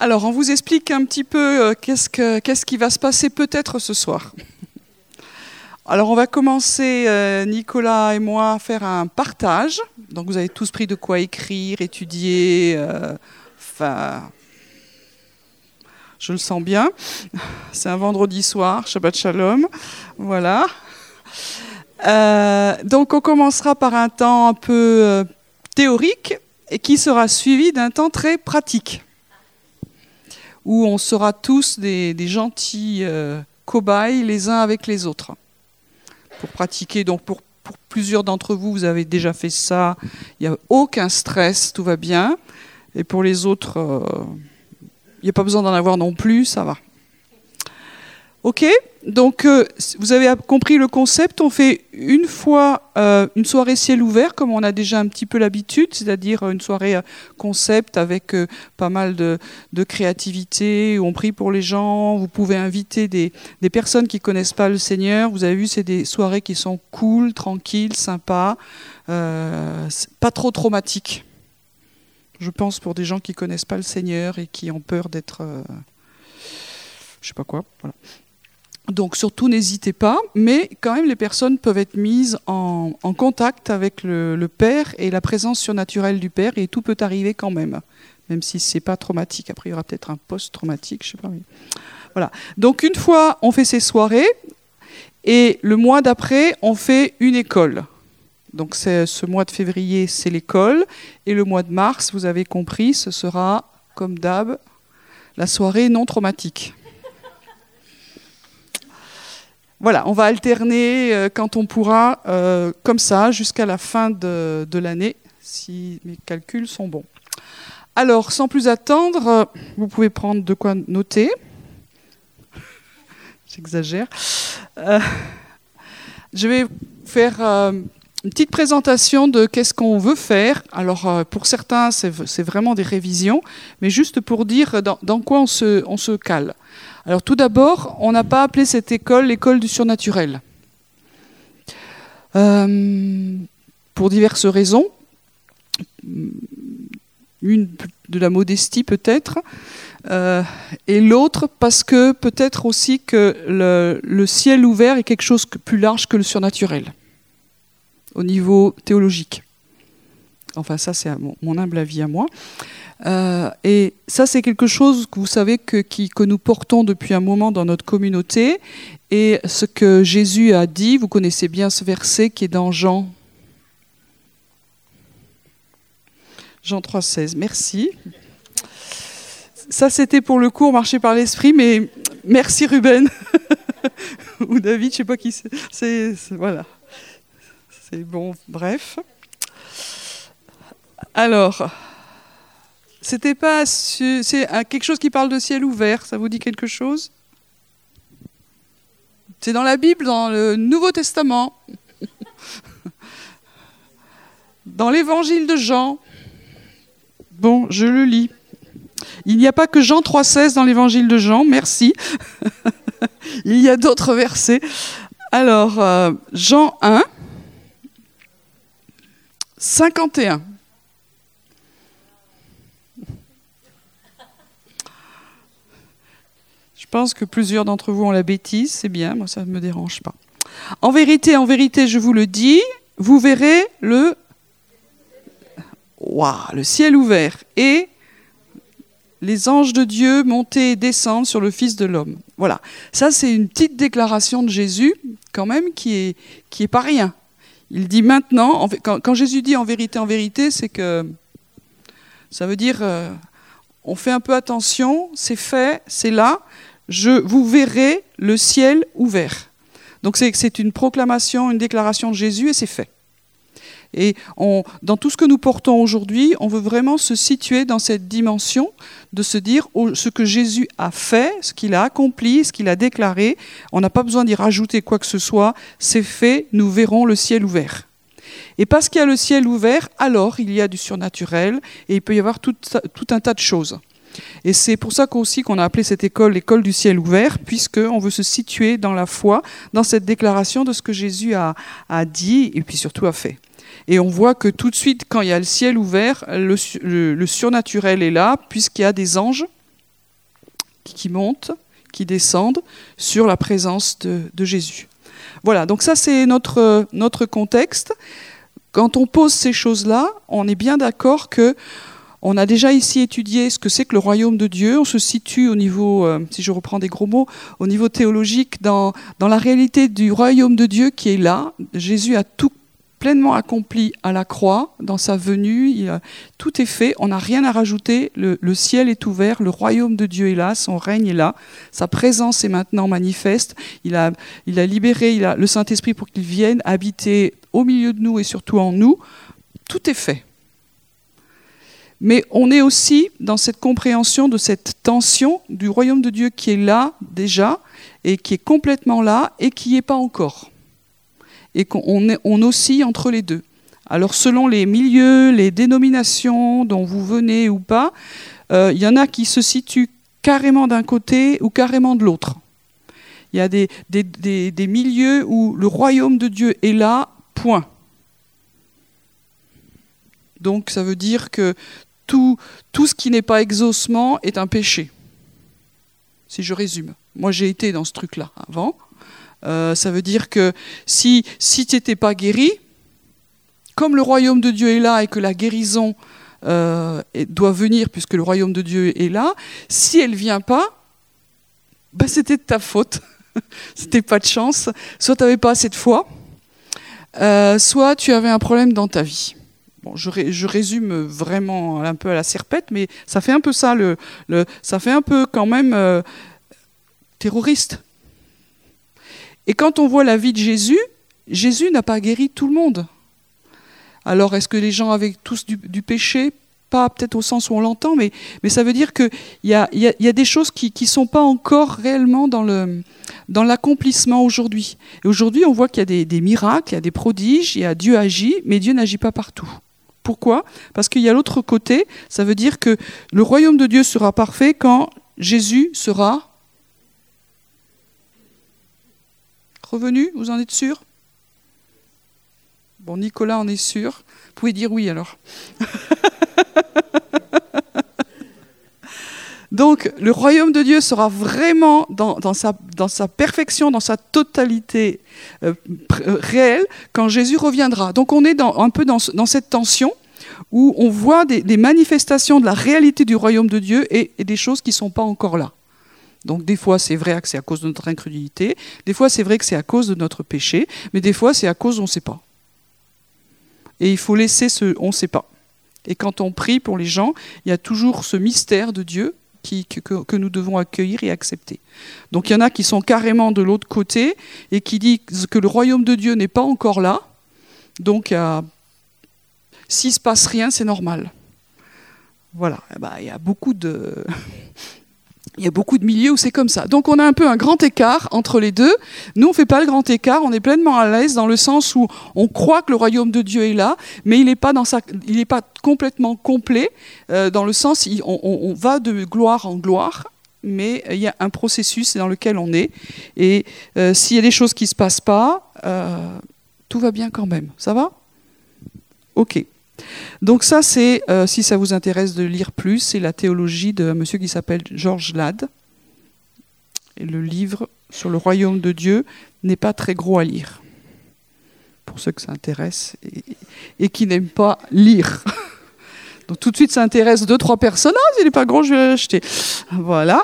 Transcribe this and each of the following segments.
Alors, on vous explique un petit peu qu'est-ce qui va se passer peut-être ce soir. Alors, on va commencer, Nicolas et moi, à faire un partage. Donc, vous avez tous pris de quoi écrire, étudier. Je le sens bien. C'est un vendredi soir, Shabbat Shalom. Voilà. Donc, on commencera par un temps un peu théorique et qui sera suivi d'un temps très pratique, où on sera tous des gentils cobayes les uns avec les autres pour pratiquer. Donc pour plusieurs d'entre vous, vous avez déjà fait ça, il n'y a aucun stress, tout va bien. Et pour les autres, il n'y a pas besoin d'en avoir non plus, ça va. Ok, donc vous avez compris le concept. On fait une fois une soirée ciel ouvert, comme on a déjà un petit peu l'habitude, c'est-à-dire une soirée concept avec pas mal de créativité, où on prie pour les gens. Vous pouvez inviter des personnes qui ne connaissent pas le Seigneur. Vous avez vu, c'est des soirées qui sont cool, tranquilles, sympas, pas trop traumatiques. Je pense pour des gens qui ne connaissent pas le Seigneur et qui ont peur d'être... je sais pas quoi, voilà. Donc surtout n'hésitez pas, mais quand même les personnes peuvent être mises en contact avec le Père et la présence surnaturelle du Père, et tout peut arriver quand même si c'est pas traumatique. Après il y aura peut-être un post-traumatique, je sais pas. Mais... Voilà. Donc une fois on fait ces soirées, et le mois d'après on fait une école. Donc ce mois de février c'est l'école, et le mois de mars, vous avez compris, ce sera comme d'hab la soirée non traumatique. Voilà, on va alterner quand on pourra, comme ça, jusqu'à la fin de l'année, si mes calculs sont bons. Alors, sans plus attendre, vous pouvez prendre de quoi noter. J'exagère. Je vais faire une petite présentation de qu'est-ce qu'on veut faire. Alors, pour certains, c'est vraiment des révisions, mais juste pour dire dans quoi on se cale. Alors tout d'abord, on n'a pas appelé cette école l'école du surnaturel. Pour diverses raisons. Une de la modestie peut-être, et l'autre parce que peut-être aussi que le ciel ouvert est quelque chose de plus large que le surnaturel, au niveau théologique. Enfin ça c'est mon humble avis à moi. Et ça, c'est quelque chose que vous savez que nous portons depuis un moment dans notre communauté. Et ce que Jésus a dit, vous connaissez bien ce verset qui est dans Jean 3,16. Merci. Ça, c'était pour le cours Marcher par l'Esprit, mais merci Ruben. Ou David, je ne sais pas qui c'est. Voilà. C'est bon, bref. Alors... c'est quelque chose qui parle de ciel ouvert, ça vous dit quelque chose? C'est dans la Bible, dans le Nouveau Testament, dans l'Évangile de Jean. Bon, je le lis. Il n'y a pas que Jean 3,16 dans l'Évangile de Jean, merci. Il y a d'autres versets. Alors, Jean 1, 51. Je pense que plusieurs d'entre vous ont la bêtise, c'est bien, moi ça ne me dérange pas. En vérité, je vous le dis, vous verrez le ciel ouvert et les anges de Dieu monter et descendre sur le Fils de l'homme. Voilà, ça c'est une petite déclaration de Jésus, quand même, qui est pas rien. Il dit maintenant, quand Jésus dit en vérité, c'est que ça veut dire, on fait un peu attention, c'est fait, c'est là. Vous verrez le ciel ouvert. Donc c'est une proclamation, une déclaration de Jésus et c'est fait. Et dans tout ce que nous portons aujourd'hui, on veut vraiment se situer dans cette dimension de se dire ce que Jésus a fait, ce qu'il a accompli, ce qu'il a déclaré. On n'a pas besoin d'y rajouter quoi que ce soit. C'est fait, nous verrons le ciel ouvert. Et parce qu'il y a le ciel ouvert, alors il y a du surnaturel et il peut y avoir tout un tas de choses. Et c'est pour ça aussi qu'on a appelé cette école l'école du ciel ouvert, puisqu'on veut se situer dans la foi, dans cette déclaration de ce que Jésus a dit et puis surtout a fait. Et on voit que tout de suite, quand il y a le ciel ouvert, le surnaturel est là, puisqu'il y a des anges qui montent, qui descendent sur la présence de Jésus. Voilà, donc ça c'est notre contexte. Quand on pose ces choses-là, on est bien d'accord que on a déjà ici étudié ce que c'est que le royaume de Dieu. On se situe au niveau, si je reprends des gros mots, au niveau théologique, dans la réalité du royaume de Dieu qui est là. Jésus a tout pleinement accompli à la croix, dans sa venue. Tout est fait, on n'a rien à rajouter. Le ciel est ouvert, le royaume de Dieu est là, son règne est là. Sa présence est maintenant manifeste. Il a libéré le Saint-Esprit pour qu'il vienne habiter au milieu de nous et surtout en nous. Tout est fait. Mais on est aussi dans cette compréhension de cette tension du royaume de Dieu qui est là déjà et qui est complètement là et qui n'y est pas encore. Et on oscille entre les deux. Alors selon les milieux, les dénominations dont vous venez ou pas, il y en a qui se situent carrément d'un côté ou carrément de l'autre. Il y a des milieux où le royaume de Dieu est là, point. Donc ça veut dire que tout ce qui n'est pas exaucement est un péché. Si je résume. Moi, j'ai été dans ce truc-là avant. Ça veut dire que si tu n'étais pas guéri, comme le royaume de Dieu est là et que la guérison doit venir puisque le royaume de Dieu est là, si elle ne vient pas, ben c'était de ta faute. C'était pas de chance. Soit tu n'avais pas assez de foi, soit tu avais un problème dans ta vie. Bon, je résume vraiment un peu à la serpette, mais ça fait un peu ça, ça fait un peu quand même terroriste. Et quand on voit la vie de Jésus, Jésus n'a pas guéri tout le monde. Alors, est-ce que les gens avaient tous du péché ? Pas peut-être au sens où on l'entend, mais ça veut dire qu'il y a des choses qui ne sont pas encore réellement dans l'accomplissement aujourd'hui. Et aujourd'hui, on voit qu'il y a des miracles, il y a des prodiges, Dieu agit, mais Dieu n'agit pas partout. Pourquoi ? Parce qu'il y a l'autre côté, ça veut dire que le royaume de Dieu sera parfait quand Jésus sera revenu. Vous en êtes sûr ? Bon, Nicolas en est sûr. Vous pouvez dire oui alors. Donc, le royaume de Dieu sera vraiment dans sa perfection, dans sa totalité réelle, quand Jésus reviendra. Donc, on est un peu dans cette tension où on voit des manifestations de la réalité du royaume de Dieu et des choses qui ne sont pas encore là. Donc, des fois, c'est vrai que c'est à cause de notre incrédulité, des fois, c'est vrai que c'est à cause de notre péché, mais des fois, c'est à cause on ne sait pas. Et il faut laisser on ne sait pas. Et quand on prie pour les gens, il y a toujours ce mystère de Dieu que nous devons accueillir et accepter. Donc il y en a qui sont carrément de l'autre côté et qui disent que le royaume de Dieu n'est pas encore là. Donc s'il ne se passe rien, c'est normal. Voilà, il y a beaucoup de milieux où c'est comme ça. Donc on a un peu un grand écart entre les deux. Nous, on ne fait pas le grand écart, on est pleinement à l'aise dans le sens où on croit que le royaume de Dieu est là, mais il n'est pas complètement complet, dans le sens où on va de gloire en gloire, mais il y a un processus dans lequel on est. Et s'il y a des choses qui ne se passent pas, tout va bien quand même. Ça va ? Ok. Donc ça, c'est, si ça vous intéresse de lire plus, c'est la théologie d'un monsieur qui s'appelle George Ladd. Et le livre sur le royaume de Dieu n'est pas très gros à lire, pour ceux que ça intéresse et qui n'aiment pas lire. Donc tout de suite, ça intéresse 2-3 personnes. Ah, s'il n'est pas gros, je vais l'acheter. Voilà,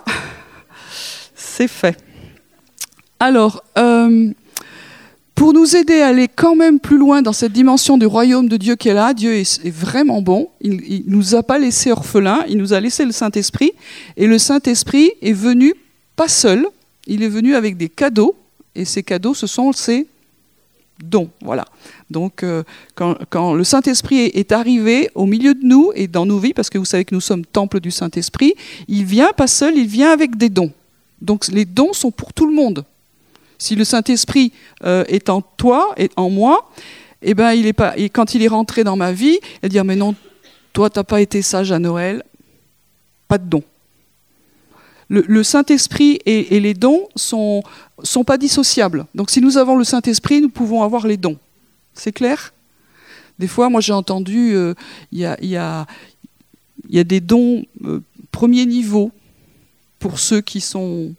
c'est fait. Alors, pour nous aider à aller quand même plus loin dans cette dimension du royaume de Dieu qui est là, Dieu est vraiment bon. Il ne nous a pas laissés orphelins, il nous a laissé le Saint-Esprit. Et le Saint-Esprit est venu pas seul, il est venu avec des cadeaux. Et ces cadeaux, ce sont ses dons. Voilà. Donc, quand le Saint-Esprit est arrivé au milieu de nous et dans nos vies, parce que vous savez que nous sommes temple du Saint-Esprit, il vient pas seul, il vient avec des dons. Donc les dons sont pour tout le monde. Si le Saint-Esprit est en toi et en moi, eh ben, quand il est rentré dans ma vie, il va dire « Mais non, toi, tu n'as pas été sage à Noël, pas de don. » Le Saint-Esprit et les dons sont pas dissociables. Donc si nous avons le Saint-Esprit, nous pouvons avoir les dons. C'est clair ? Des fois, moi j'ai entendu, il y a des dons premier niveau. pour ceux qui sont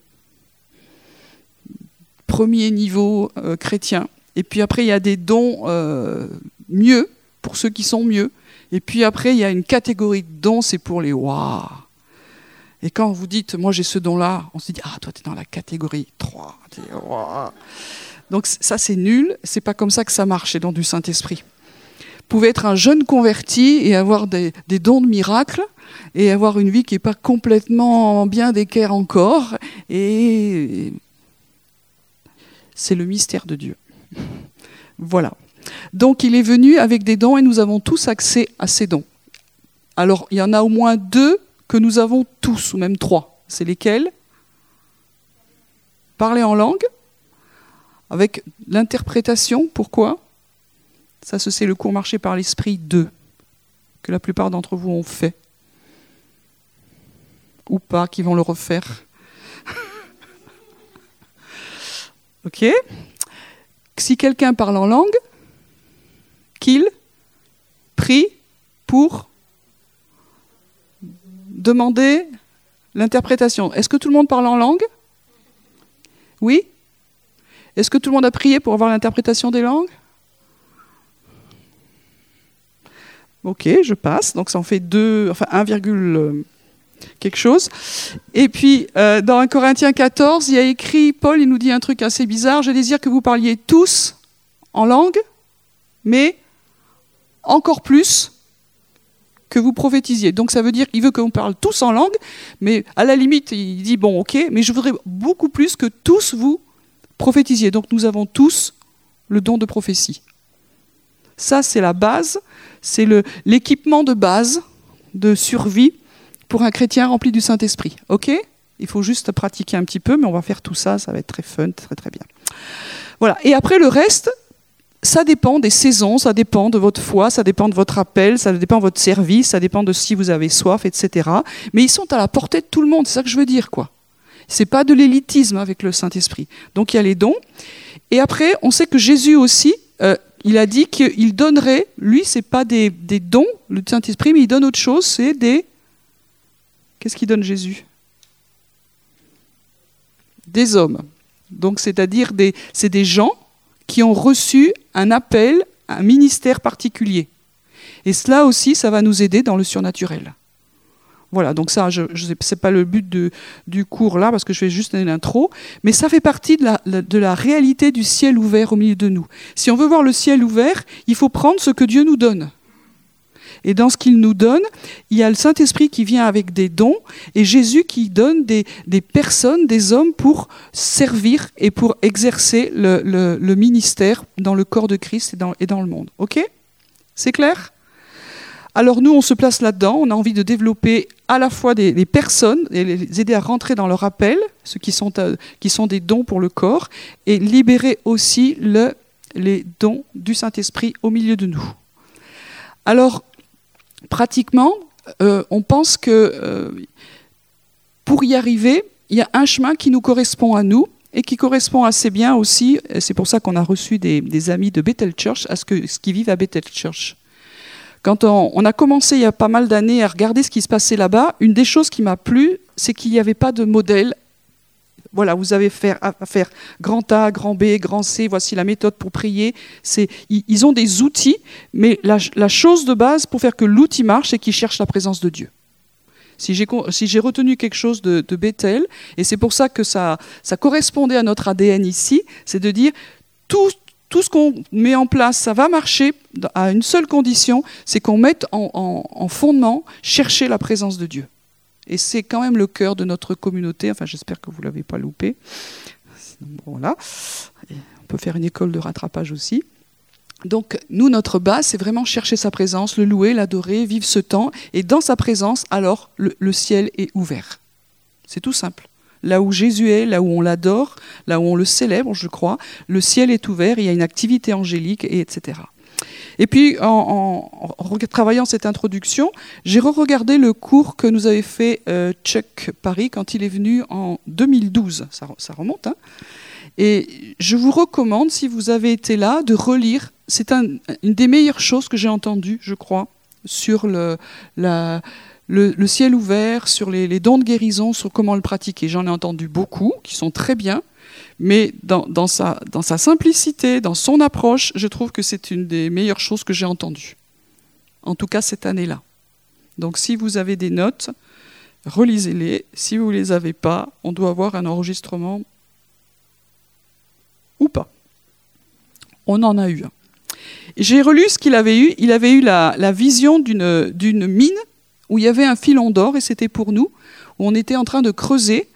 premier niveau chrétien. Et puis après, il y a des dons mieux, pour ceux qui sont mieux. Et puis après, il y a une catégorie de dons, c'est pour les waouh. Et quand vous dites, moi j'ai ce don-là, on se dit, ah, toi tu es dans la catégorie 3. Wow. Donc ça c'est nul, c'est pas comme ça que ça marche, c'est dans du Saint-Esprit. Vous pouvez être un jeune converti et avoir des dons de miracles et avoir une vie qui n'est pas complètement bien d'équerre encore. Et c'est le mystère de Dieu. Voilà. Donc il est venu avec des dons et nous avons tous accès à ces dons. Alors il y en a au moins 2 que nous avons tous, ou même 3. C'est lesquels? Parler en langue, avec l'interprétation. Pourquoi? Ça, c'est le cours marché par l'Esprit 2, que la plupart d'entre vous ont fait. Ou pas, qui vont le refaire. Ok? Si quelqu'un parle en langue, qu'il prie pour demander l'interprétation. Est-ce que tout le monde parle en langue? Oui? Est-ce que tout le monde a prié pour avoir l'interprétation des langues? Ok, je passe. Donc ça en fait 1, quelque chose. Et puis, dans 1 Corinthiens 14, il y a écrit, Paul, il nous dit un truc assez bizarre. Je désire que vous parliez tous en langue, mais encore plus que vous prophétisiez. Donc ça veut dire qu'il veut qu'on parle tous en langue, mais à la limite, il dit, bon, ok, mais je voudrais beaucoup plus que tous vous prophétisiez. Donc nous avons tous le don de prophétie. Ça, c'est la base, c'est l'équipement de base de survie pour un chrétien rempli du Saint-Esprit. Ok? Il faut juste pratiquer un petit peu, mais on va faire tout ça, ça va être très fun, très très bien. Voilà. Et après, le reste, ça dépend des saisons, ça dépend de votre foi, ça dépend de votre appel, ça dépend de votre service, ça dépend de si vous avez soif, etc. Mais ils sont à la portée de tout le monde, c'est ça que je veux dire, quoi. C'est pas de l'élitisme avec le Saint-Esprit. Donc il y a les dons. Et après, on sait que Jésus aussi, il a dit qu'il donnerait, lui, c'est pas des dons, le Saint-Esprit, mais il donne autre chose, c'est des... Qu'est-ce qu'il donne Jésus? Des hommes. Donc c'est-à-dire c'est des gens qui ont reçu un appel, un ministère particulier. Et cela aussi, ça va nous aider dans le surnaturel. Voilà, donc ça, c'est pas le but du cours là, parce que je fais juste une intro, mais ça fait partie de la réalité du ciel ouvert au milieu de nous. Si on veut voir le ciel ouvert, il faut prendre ce que Dieu nous donne. Et dans ce qu'il nous donne, il y a le Saint-Esprit qui vient avec des dons et Jésus qui donne des personnes, des hommes pour servir et pour exercer le ministère dans le corps de Christ et dans le monde. Ok? C'est clair? Alors nous, on se place là-dedans, on a envie de développer à la fois les personnes et les aider à rentrer dans leur appel, ceux qui sont des dons pour le corps, et libérer aussi les dons du Saint-Esprit au milieu de nous. Alors, pratiquement, on pense que pour y arriver, il y a un chemin qui nous correspond à nous et qui correspond assez bien aussi, c'est pour ça qu'on a reçu des amis de Bethel Church, ce qui vivent à Bethel Church. Quand on a commencé il y a pas mal d'années à regarder ce qui se passait là-bas, une des choses qui m'a plu, c'est qu'il n'y avait pas de modèle. Voilà, vous avez à faire grand A, grand B, grand C, voici la méthode pour prier. Ils ont des outils, mais la chose de base pour faire que l'outil marche, c'est qu'ils cherchent la présence de Dieu. Si j'ai retenu quelque chose de Bethel, et c'est pour ça que ça correspondait à notre ADN ici, c'est de dire tout ce qu'on met en place, ça va marcher à une seule condition, c'est qu'on mette en fondement, chercher la présence de Dieu. Et c'est quand même le cœur de notre communauté. Enfin, j'espère que vous ne l'avez pas loupé. Voilà. On peut faire une école de rattrapage aussi. Donc, nous, notre base, c'est vraiment chercher sa présence, le louer, l'adorer, vivre ce temps. Et dans sa présence, alors, le ciel est ouvert. C'est tout simple. Là où Jésus est, là où on l'adore, là où on le célèbre, je crois, le ciel est ouvert, il y a une activité angélique, etc. Et puis, en travaillant cette introduction, j'ai re-regardé le cours que nous avait fait Chuck Paris quand il est venu en 2012. Ça remonte, hein. Et je vous recommande, si vous avez été là, de relire. C'est une des meilleures choses que j'ai entendues, je crois, sur le ciel ouvert, sur les dons de guérison, sur comment le pratiquer. J'en ai entendu beaucoup, qui sont très bien, mais dans sa simplicité, dans son approche, je trouve que c'est une des meilleures choses que j'ai entendues. En tout cas, cette année-là. Donc si vous avez des notes, relisez-les. Si vous ne les avez pas, on doit avoir un enregistrement ou pas. On en a eu un. J'ai relu ce qu'il avait eu. Il avait eu la vision d'une mine où il y avait un filon d'or, et c'était pour nous, où on était en train de creuser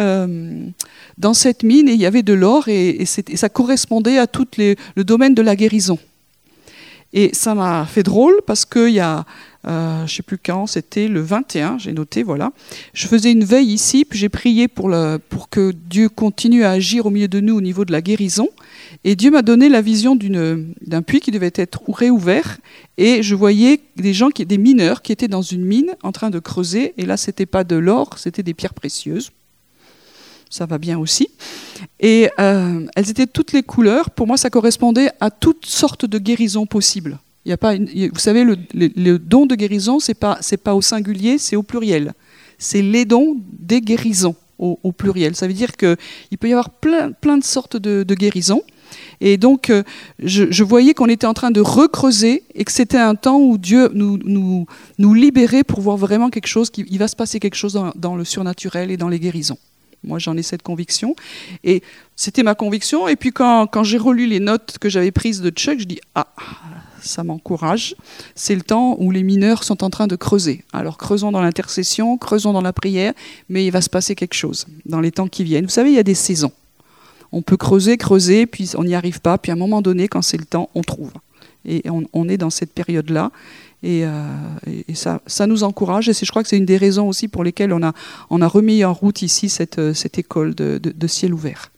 dans cette mine, et il y avait de l'or, et ça correspondait à tout le domaine de la guérison. Et ça m'a fait drôle, parce qu'il y a, je ne sais plus quand, c'était le 21, j'ai noté, voilà. Je faisais une veille ici, puis j'ai prié pour que Dieu continue à agir au milieu de nous au niveau de la guérison. Et Dieu m'a donné la vision d'un puits qui devait être réouvert. Et je voyais des mineurs qui étaient dans une mine en train de creuser. Et là, ce n'était pas de l'or, c'était des pierres précieuses. Ça va bien aussi. Et elles étaient de toutes les couleurs. Pour moi, ça correspondait à toutes sortes de guérisons possibles. Il y a pas vous savez, le don de guérison, c'est pas au singulier, c'est au pluriel. C'est les dons des guérisons au pluriel. Ça veut dire qu'il peut y avoir plein de sortes de guérisons. Et donc, je voyais qu'on était en train de recreuser et que c'était un temps où Dieu nous libérait pour voir vraiment quelque chose, il va se passer quelque chose dans le surnaturel et dans les guérisons. Moi, j'en ai cette conviction. Et c'était ma conviction. Et puis, quand j'ai relu les notes que j'avais prises de Chuck, je dis « Ah, ça m'encourage. C'est le temps où les mineurs sont en train de creuser. Alors, creusons dans l'intercession, creusons dans la prière, mais il va se passer quelque chose dans les temps qui viennent. Vous savez, il y a des saisons. On peut creuser, puis on n'y arrive pas. Puis à un moment donné, quand c'est le temps, on trouve. Et on est dans cette période-là. Et ça nous encourage. Et je crois que c'est une des raisons aussi pour lesquelles on a remis en route ici cette école de ciel ouvert.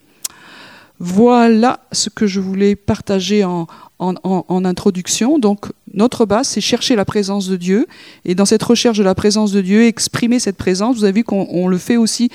Voilà ce que je voulais partager en introduction. Donc, notre base, c'est chercher la présence de Dieu. Et dans cette recherche de la présence de Dieu, exprimer cette présence, vous avez vu qu'on le fait aussi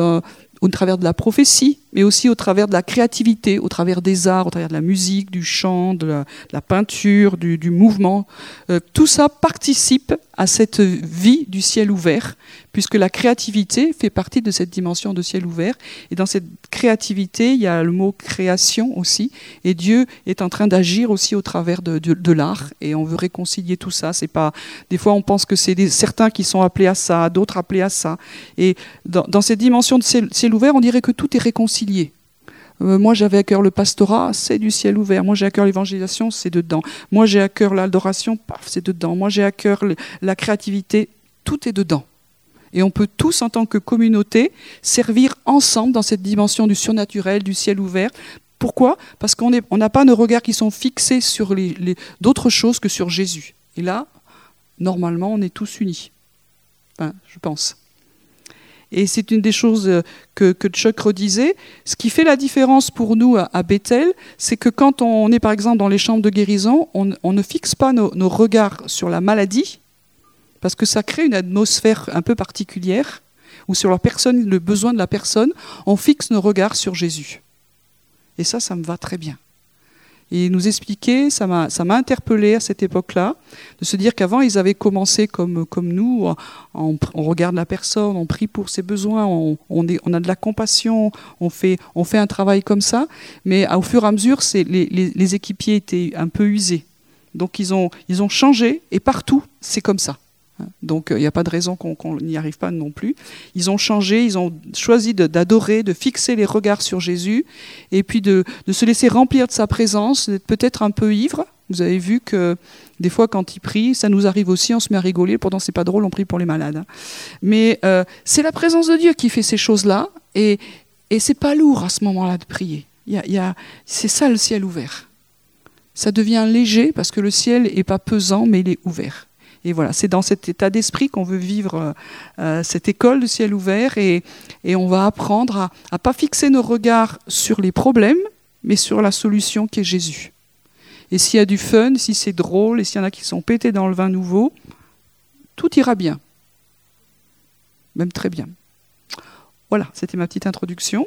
au travers de la prophétie, mais aussi au travers de la créativité, au travers des arts, au travers de la musique, du chant, de la peinture, du mouvement. Tout ça participe à cette vie du ciel ouvert, puisque la créativité fait partie de cette dimension de ciel ouvert. Et dans cette créativité, il y a le mot création aussi. Et Dieu est en train d'agir aussi au travers de l'art. Et on veut réconcilier tout ça. C'est pas, des fois, on pense que c'est certains qui sont appelés à ça, d'autres appelés à ça. Et dans cette dimension de ciel ouvert, on dirait que tout est réconcilié. Moi, j'avais à cœur le pastorat, c'est du ciel ouvert. Moi, j'ai à cœur l'évangélisation, c'est dedans. Moi, j'ai à cœur l'adoration, paf, c'est dedans. Moi, j'ai à cœur la créativité, tout est dedans. Et on peut tous, en tant que communauté, servir ensemble dans cette dimension du surnaturel, du ciel ouvert. Pourquoi ? Parce qu'on n'a pas nos regards qui sont fixés sur d'autres choses que sur Jésus. Et là, normalement, on est tous unis. Enfin, je pense. Et c'est une des choses que Chuck redisait. Ce qui fait la différence pour nous à Bethel, c'est que quand on est par exemple dans les chambres de guérison, on ne fixe pas nos regards sur la maladie, parce que ça crée une atmosphère un peu particulière, ou sur la personne, le besoin de la personne, on fixe nos regards sur Jésus. Et ça me va très bien. Et nous expliquer, ça m'a interpellé à cette époque-là, de se dire qu'avant, ils avaient commencé comme nous, on regarde la personne, on prie pour ses besoins, on a de la compassion, on fait un travail comme ça, mais au fur et à mesure, les équipiers étaient un peu usés. Donc ils ont changé, et partout, c'est comme ça. Donc il n'y a pas de raison qu'on n'y arrive pas non plus. Ils ont changé, ils ont choisi d'adorer, de fixer les regards sur Jésus, et puis de se laisser remplir de sa présence, d'être peut-être un peu ivre. Vous avez vu que des fois quand ils prient, ça nous arrive aussi, on se met à rigoler, pourtant c'est pas drôle, on prie pour les malades. Mais c'est la présence de Dieu qui fait ces choses-là, et c'est pas lourd à ce moment-là de prier. C'est ça le ciel ouvert. Ça devient léger parce que le ciel n'est pas pesant, mais il est ouvert. Et voilà, c'est dans cet état d'esprit qu'on veut vivre cette école de ciel ouvert, et on va apprendre à ne pas fixer nos regards sur les problèmes, mais sur la solution qui est Jésus. Et s'il y a du fun, si c'est drôle, et s'il y en a qui sont pétés dans le vin nouveau, tout ira bien. Même très bien. Voilà, c'était ma petite introduction.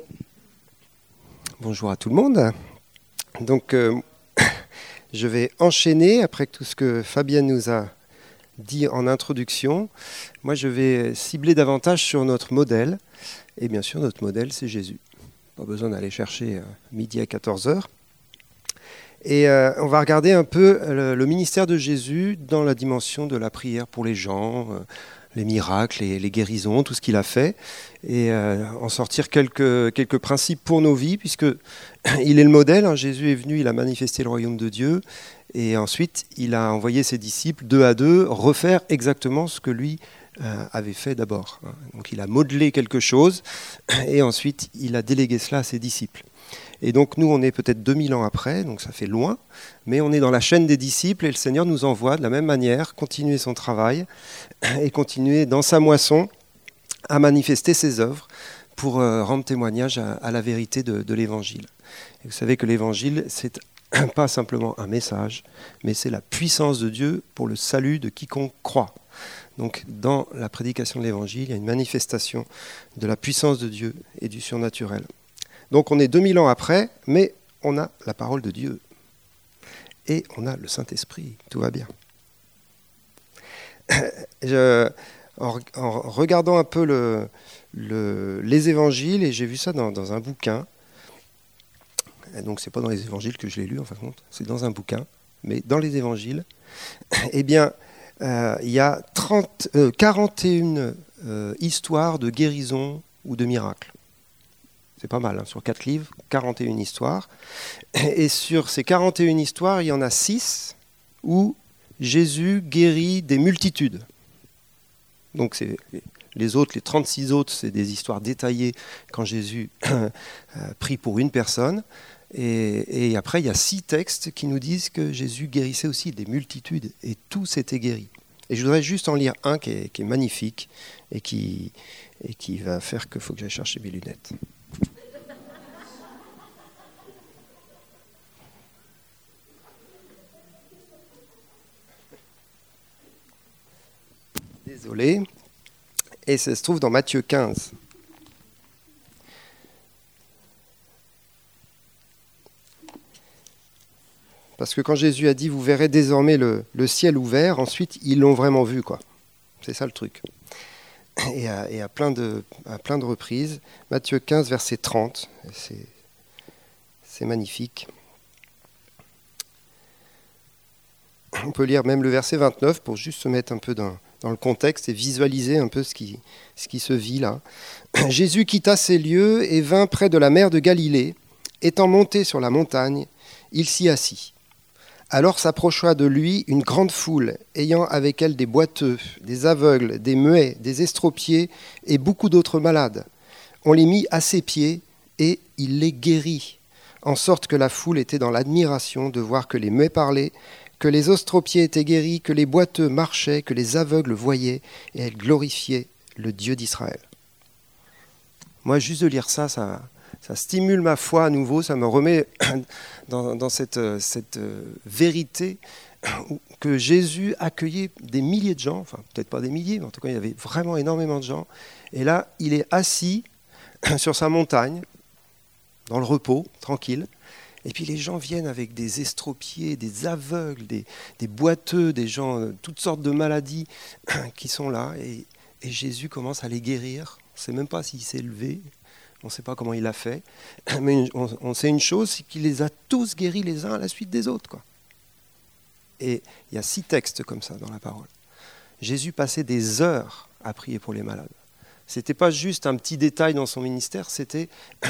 Bonjour à tout le monde. Donc, je vais enchaîner, après tout ce que Fabienne nous a dit en introduction, moi je vais cibler davantage sur notre modèle. Et bien sûr, notre modèle, c'est Jésus. Pas besoin d'aller chercher midi à 14 heures. Et on va regarder un peu le ministère de Jésus dans la dimension de la prière pour les gens, les miracles, les guérisons, tout ce qu'il a fait, et en sortir quelques principes pour nos vies, puisque il est le modèle. Hein. Jésus est venu, il a manifesté le royaume de Dieu, et ensuite il a envoyé ses disciples deux à deux refaire exactement ce que lui avait fait d'abord. Donc il a modelé quelque chose, et ensuite il a délégué cela à ses disciples. Et donc nous, on est peut-être 2000 ans après, donc ça fait loin, mais on est dans la chaîne des disciples, et le Seigneur nous envoie de la même manière continuer son travail et continuer dans sa moisson à manifester ses œuvres pour rendre témoignage à la vérité de l'Évangile. Et vous savez que l'Évangile, c'est pas simplement un message, mais c'est la puissance de Dieu pour le salut de quiconque croit. Donc dans la prédication de l'Évangile, il y a une manifestation de la puissance de Dieu et du surnaturel. Donc on est 2000 ans après, mais on a la parole de Dieu. Et on a le Saint-Esprit, tout va bien. En regardant un peu les évangiles, et j'ai vu ça dans un bouquin, et donc c'est pas dans les évangiles que je l'ai lu en fin de compte, c'est dans un bouquin, mais dans les évangiles, eh bien, il y a 41 histoires de guérison ou de miracles. C'est pas mal, hein, sur 4 livres, 41 histoires. Et sur ces 41 histoires, il y en a 6 où Jésus guérit des multitudes. Donc les autres, les 36 autres, c'est des histoires détaillées quand Jésus prie pour une personne. Et après, il y a 6 textes qui nous disent que Jésus guérissait aussi des multitudes et tous étaient guéris. Et je voudrais juste en lire un qui est magnifique et qui va faire qu'il faut que j'aille chercher mes lunettes. Désolé. Et ça se trouve dans Matthieu 15. Parce que quand Jésus a dit « Vous verrez désormais le ciel ouvert », ensuite, ils l'ont vraiment vu, quoi. C'est ça le truc. Et à plein de reprises. Matthieu 15, verset 30. C'est magnifique. On peut lire même le verset 29 pour juste se mettre un peu dans le contexte et visualiser un peu ce qui se vit là. Jésus quitta ces lieux et vint près de la mer de Galilée. Étant monté sur la montagne, il s'y assit. Alors s'approcha de lui une grande foule, ayant avec elle des boiteux, des aveugles, des muets, des estropiés et beaucoup d'autres malades. On les mit à ses pieds et il les guérit, en sorte que la foule était dans l'admiration de voir que les muets parlaient, que les estropiés étaient guéris, que les boiteux marchaient, que les aveugles voyaient, et elle glorifiait le Dieu d'Israël. Moi, juste de lire ça stimule ma foi à nouveau, ça me remet dans cette vérité que Jésus accueillait des milliers de gens, enfin peut-être pas des milliers, mais en tout cas il y avait vraiment énormément de gens. Et là, il est assis sur sa montagne, dans le repos, tranquille. Et puis les gens viennent avec des estropiés, des aveugles, des boiteux, des gens, toutes sortes de maladies qui sont là. Et Jésus commence à les guérir. On ne sait même pas s'il s'est levé. On ne sait pas comment il a fait. Mais on sait une chose, c'est qu'il les a tous guéris les uns à la suite des autres, quoi. Et il y a 6 textes comme ça dans la parole. Jésus passait des heures à prier pour les malades. Ce n'était pas juste un petit détail dans son ministère, c'était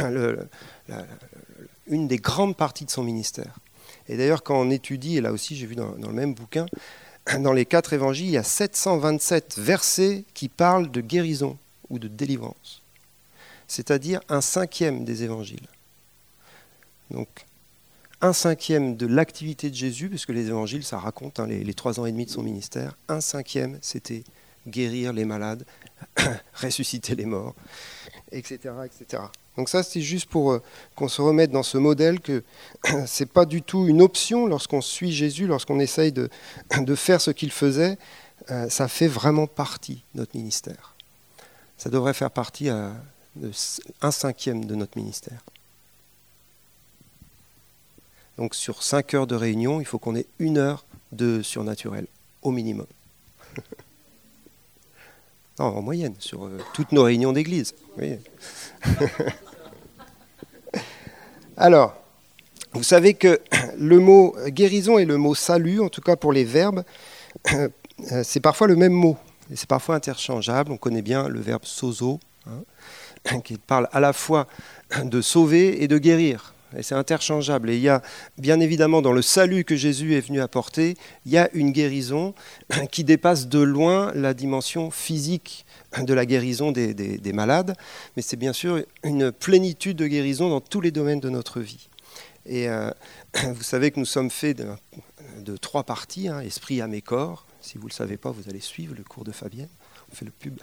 une des grandes parties de son ministère. Et d'ailleurs, quand on étudie, et là aussi j'ai vu dans le même bouquin, dans les 4 évangiles, il y a 727 versets qui parlent de guérison ou de délivrance. C'est-à-dire 1/5 des évangiles. Donc, 1/5 de l'activité de Jésus, parce que les évangiles, ça raconte les 3 ans et demi de son ministère, 1/5, c'était guérir les malades, ressusciter les morts, etc., etc. Donc ça, c'est juste pour qu'on se remette dans ce modèle que ce n'est pas du tout une option lorsqu'on suit Jésus, lorsqu'on essaye de faire ce qu'il faisait, ça fait vraiment partie de notre ministère. Ça devrait faire partie de 1/5 de notre ministère. Donc sur 5 heures de réunion, il faut qu'on ait 1 heure de surnaturel, au minimum. Non, en moyenne, sur toutes nos réunions d'église. Oui. Alors, vous savez que le mot guérison et le mot salut, en tout cas pour les verbes, c'est parfois le même mot. Et c'est parfois interchangeable. On connaît bien le verbe sozo, qui parle à la fois de sauver et de guérir. Et c'est interchangeable. Et il y a bien évidemment dans le salut que Jésus est venu apporter, il y a une guérison qui dépasse de loin la dimension physique de la guérison des malades, mais c'est bien sûr une plénitude de guérison dans tous les domaines de notre vie. Et vous savez que nous sommes faits de 3 parties, esprit, âme et corps. Si vous ne le savez pas, vous allez suivre le cours de Fabienne. On fait le pub.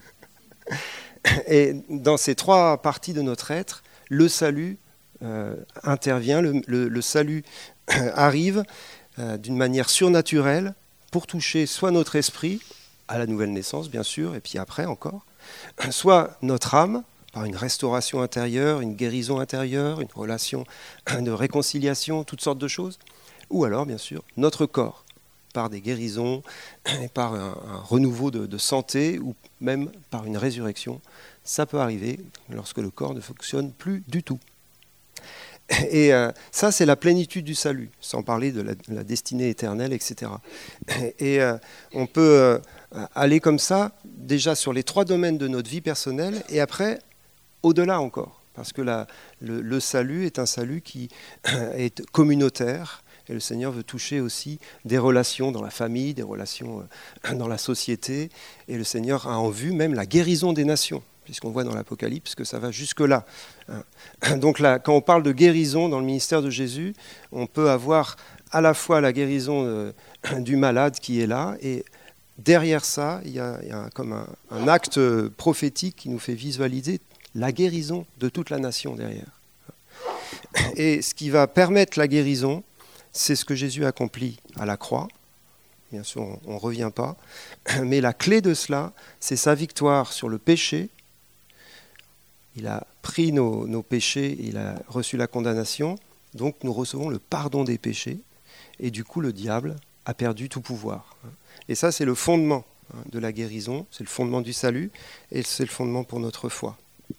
Et dans ces 3 parties de notre être, le salut intervient, le salut arrive d'une manière surnaturelle pour toucher soit notre esprit, à la nouvelle naissance bien sûr, et puis après encore, soit notre âme, par une restauration intérieure, une guérison intérieure, une relation de réconciliation, toutes sortes de choses, ou alors bien sûr notre corps, par des guérisons, par un renouveau de santé, ou même par une résurrection. Ça peut arriver lorsque le corps ne fonctionne plus du tout. Et ça, c'est la plénitude du salut, sans parler de la destinée éternelle, etc. Et on peut aller comme ça, déjà sur les 3 domaines de notre vie personnelle, et après, au-delà encore. Parce que le salut est un salut qui est communautaire, et le Seigneur veut toucher aussi des relations dans la famille, des relations dans la société, et le Seigneur a en vue même la guérison des nations, puisqu'on voit dans l'Apocalypse que ça va jusque-là. Donc là, quand on parle de guérison dans le ministère de Jésus, on peut avoir à la fois la guérison du malade qui est là, et derrière ça, il y a comme un acte prophétique qui nous fait visualiser la guérison de toute la nation derrière. Et ce qui va permettre la guérison, c'est ce que Jésus accomplit à la croix. Bien sûr, on ne revient pas. Mais la clé de cela, c'est sa victoire sur le péché. Il a pris nos péchés, il a reçu la condamnation. Donc nous recevons le pardon des péchés. Et du coup, le diable a perdu tout pouvoir. Et ça, c'est le fondement de la guérison. C'est le fondement du salut. Et c'est le fondement pour notre foi.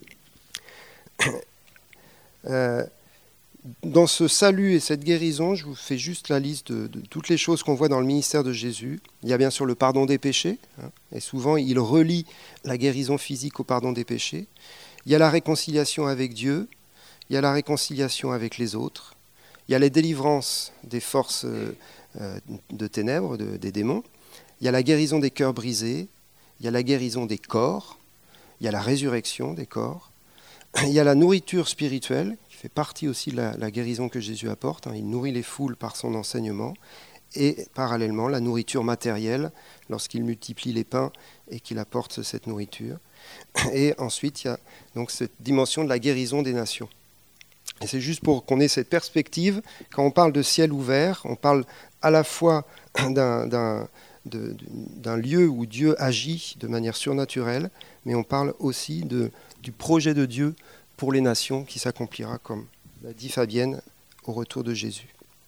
Dans ce salut et cette guérison, je vous fais juste la liste de toutes les choses qu'on voit dans le ministère de Jésus. Il y a bien sûr le pardon des péchés, et souvent il relie la guérison physique au pardon des péchés. Il y a la réconciliation avec Dieu, il y a la réconciliation avec les autres, il y a les délivrances des forces de ténèbres, des démons, il y a la guérison des cœurs brisés, il y a la guérison des corps, il y a la résurrection des corps, il y a la nourriture spirituelle, fait partie aussi de la guérison que Jésus apporte. Il nourrit les foules par son enseignement, et parallèlement la nourriture matérielle lorsqu'il multiplie les pains et qu'il apporte cette nourriture. Et ensuite, il y a donc cette dimension de la guérison des nations. Et c'est juste pour qu'on ait cette perspective. Quand on parle de ciel ouvert, on parle à la fois d'un lieu où Dieu agit de manière surnaturelle, mais on parle aussi du projet de Dieu pour les nations qui s'accomplira, comme l'a dit Fabienne, au retour de Jésus.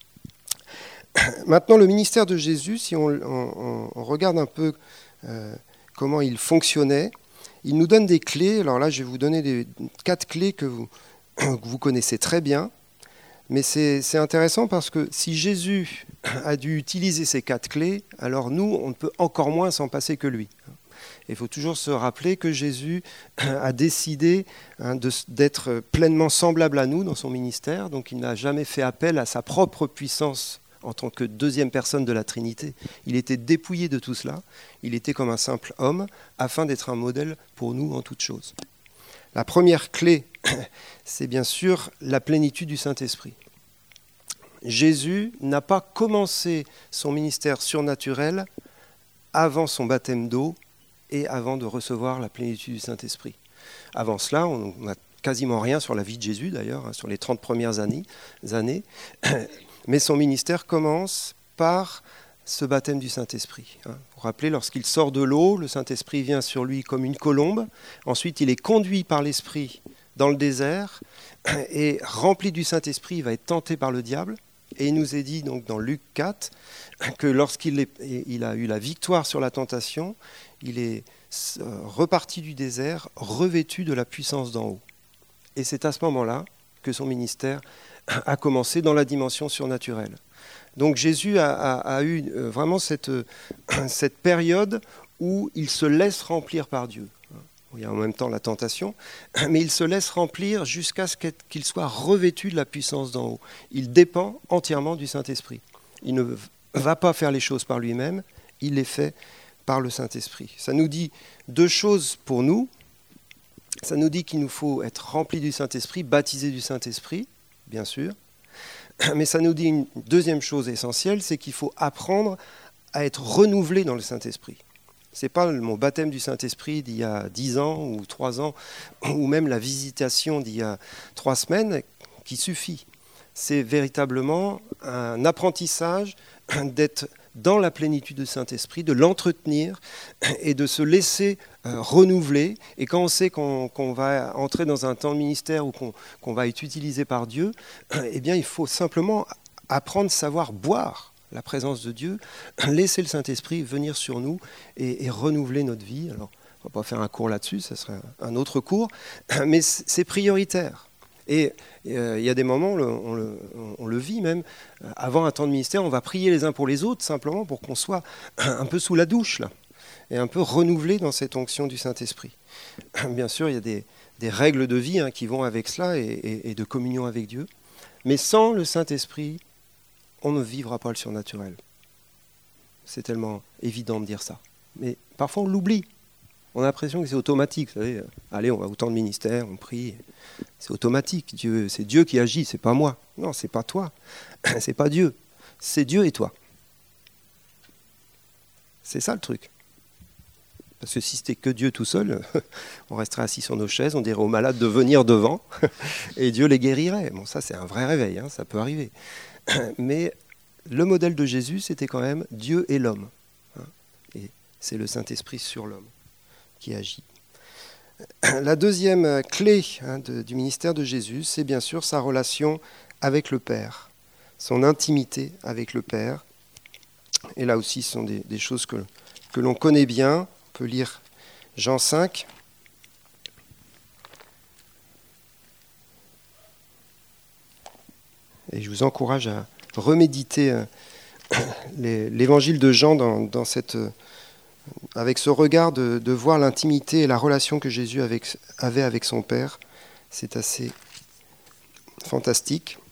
Maintenant, le ministère de Jésus, si on regarde un peu comment il fonctionnait, il nous donne des clés. Alors là, je vais vous donner 4 clés que vous connaissez très bien, mais c'est intéressant parce que si Jésus a dû utiliser ces 4 clés, alors nous, on ne peut encore moins s'en passer que lui. Il faut toujours se rappeler que Jésus a décidé d'être pleinement semblable à nous dans son ministère, donc il n'a jamais fait appel à sa propre puissance en tant que 2e personne de la Trinité. Il était dépouillé de tout cela, il était comme un simple homme, afin d'être un modèle pour nous en toutes choses. La première clé, c'est bien sûr la plénitude du Saint-Esprit. Jésus n'a pas commencé son ministère surnaturel avant son baptême d'eau, et avant de recevoir la plénitude du Saint-Esprit. Avant cela, on n'a quasiment rien sur la vie de Jésus, d'ailleurs, sur les 30 premières années. Mais son ministère commence par ce baptême du Saint-Esprit. Vous vous rappelez, lorsqu'il sort de l'eau, le Saint-Esprit vient sur lui comme une colombe. Ensuite, il est conduit par l'Esprit dans le désert, et rempli du Saint-Esprit, il va être tenté par le diable. Et il nous est dit donc dans Luc 4 que lorsqu'il a eu la victoire sur la tentation, il est reparti du désert revêtu de la puissance d'en haut. Et c'est à ce moment-là que son ministère a commencé dans la dimension surnaturelle. Donc Jésus a eu vraiment cette période où il se laisse remplir par Dieu. Il y a en même temps la tentation, mais il se laisse remplir jusqu'à ce qu'il soit revêtu de la puissance d'en haut. Il dépend entièrement du Saint-Esprit. Il ne va pas faire les choses par lui-même, il les fait par le Saint-Esprit. Ça nous dit deux choses pour nous. Ça nous dit qu'il nous faut être rempli du Saint-Esprit, baptisé du Saint-Esprit, bien sûr. Mais ça nous dit une deuxième chose essentielle, c'est qu'il faut apprendre à être renouvelé dans le Saint-Esprit. Ce n'est pas mon baptême du Saint-Esprit d'il y a 10 ans ou 3 ans, ou même la visitation d'il y a 3 semaines qui suffit. C'est véritablement un apprentissage d'être dans la plénitude du Saint-Esprit, de l'entretenir et de se laisser renouveler. Et quand on sait qu'on va entrer dans un temps de ministère ou qu'on va être utilisé par Dieu, eh bien, il faut simplement apprendre à savoir boire la présence de Dieu, laisser le Saint-Esprit venir sur nous et renouveler notre vie. Alors, on ne va pas faire un cours là-dessus, ça serait un autre cours, mais c'est prioritaire. Et il y a des moments, on le vit même, avant un temps de ministère, on va prier les uns pour les autres, simplement pour qu'on soit un peu sous la douche, là, et un peu renouvelé dans cette onction du Saint-Esprit. Bien sûr, il y a des règles de vie qui vont avec cela et de communion avec Dieu, mais sans le Saint-Esprit, on ne vivra pas le surnaturel. C'est tellement évident de dire ça. Mais parfois, on l'oublie. On a l'impression que c'est automatique. Vous savez, allez, on va au temps de ministère, on prie. C'est automatique. C'est Dieu qui agit, c'est pas moi. Non, c'est pas toi. C'est pas Dieu. C'est Dieu et toi. C'est ça le truc. Parce que si c'était que Dieu tout seul, on resterait assis sur nos chaises, on dirait aux malades de venir devant, et Dieu les guérirait. Bon, ça, c'est un vrai réveil, ça peut arriver. Mais le modèle de Jésus, c'était quand même Dieu et l'homme. Et c'est le Saint-Esprit sur l'homme qui agit. La deuxième clé du ministère de Jésus, c'est bien sûr sa relation avec le Père, son intimité avec le Père. Et là aussi, ce sont des choses que l'on connaît bien. On peut lire Jean 5. Et je vous encourage à reméditer l'évangile de Jean avec ce regard de voir l'intimité et la relation que Jésus avait avec son Père. C'est assez fantastique.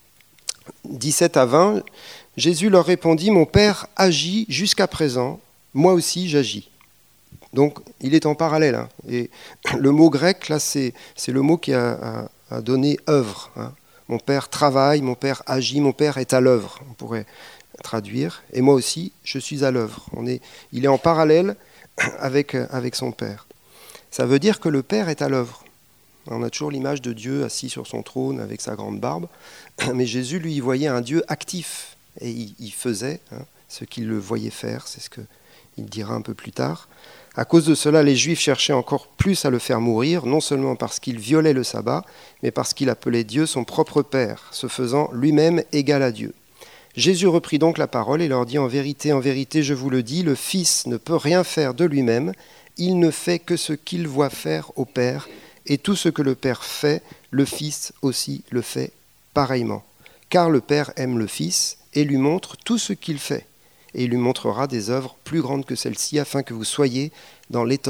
17 à 20, Jésus leur répondit « Mon Père agit jusqu'à présent, moi aussi j'agis ». Donc il est en parallèle. Et le mot grec, là, c'est le mot qui a donné œuvre. Mon Père travaille, mon Père agit, mon Père est à l'œuvre, on pourrait traduire. Et moi aussi, je suis à l'œuvre. Il est en parallèle avec son Père. Ça veut dire que le Père est à l'œuvre. On a toujours l'image de Dieu assis sur son trône avec sa grande barbe. Mais Jésus, lui, il voyait un Dieu actif. Et il faisait ce qu'il le voyait faire. C'est ce qu'il dira un peu plus tard. À cause de cela, les Juifs cherchaient encore plus à le faire mourir, non seulement parce qu'il violait le sabbat, mais parce qu'il appelait Dieu son propre Père, se faisant lui-même égal à Dieu. Jésus reprit donc la parole et leur dit « En vérité, je vous le dis, le Fils ne peut rien faire de lui-même, il ne fait que ce qu'il voit faire au Père, et tout ce que le Père fait, le Fils aussi le fait pareillement. Car le Père aime le Fils et lui montre tout ce qu'il fait. Et il lui montrera des œuvres plus grandes que celles-ci, afin que vous soyez dans l'étonnement. »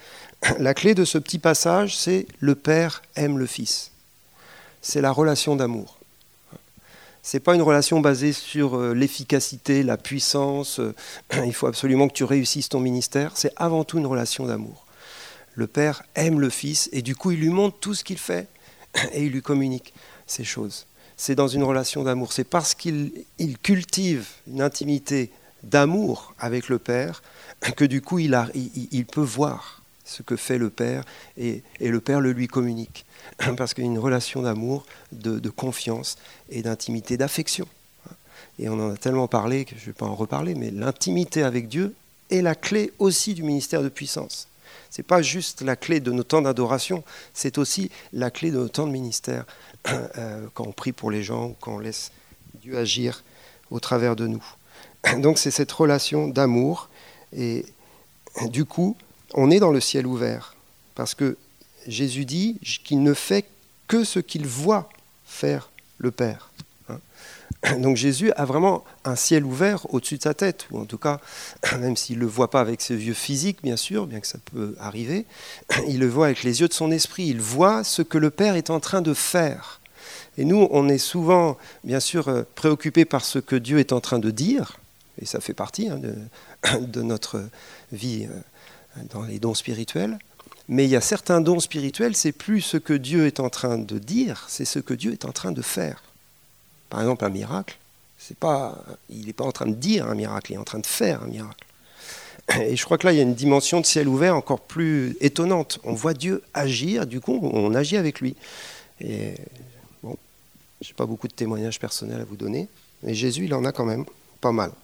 La clé de ce petit passage, c'est « le Père aime le Fils ». C'est la relation d'amour. Ce n'est pas une relation basée sur l'efficacité, la puissance, il faut absolument que tu réussisses ton ministère, c'est avant tout une relation d'amour. Le Père aime le Fils et du coup il lui montre tout ce qu'il fait et il lui communique ces choses. C'est dans une relation d'amour. C'est parce qu'il cultive une intimité d'amour avec le Père que du coup il peut voir ce que fait le Père et le Père le lui communique. Parce qu'il y a une relation d'amour, de confiance et d'intimité, d'affection. Et on en a tellement parlé que je ne vais pas en reparler, mais l'intimité avec Dieu est la clé aussi du ministère de puissance. Ce n'est pas juste la clé de nos temps d'adoration, c'est aussi la clé de nos temps de ministère. Quand on prie pour les gens, quand on laisse Dieu agir au travers de nous. Donc c'est cette relation d'amour. Et du coup, on est dans le ciel ouvert. Parce que Jésus dit qu'il ne fait que ce qu'il voit faire le Père. Donc Jésus a vraiment un ciel ouvert au-dessus de sa tête, ou en tout cas, même s'il ne le voit pas avec ses yeux physiques, bien sûr, bien que ça peut arriver, il le voit avec les yeux de son esprit, il voit ce que le Père est en train de faire. Et nous, on est souvent, bien sûr, préoccupés par ce que Dieu est en train de dire, et ça fait partie de notre vie dans les dons spirituels, mais il y a certains dons spirituels, c'est plus ce que Dieu est en train de dire, c'est ce que Dieu est en train de faire. Par exemple, un miracle, il n'est pas en train de dire un miracle, il est en train de faire un miracle. Et je crois que là, il y a une dimension de ciel ouvert encore plus étonnante. On voit Dieu agir, du coup, on agit avec lui. Et bon, je n'ai pas beaucoup de témoignages personnels à vous donner, mais Jésus, il en a quand même pas mal.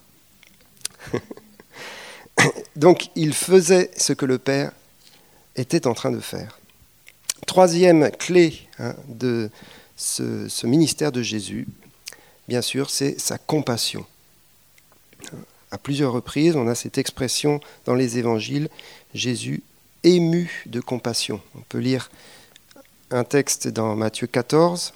Donc, il faisait ce que le Père était en train de faire. Troisième clé de ce ministère de Jésus, bien sûr, c'est sa compassion. À plusieurs reprises, on a cette expression dans les évangiles, Jésus ému de compassion. On peut lire un texte dans Matthieu 14.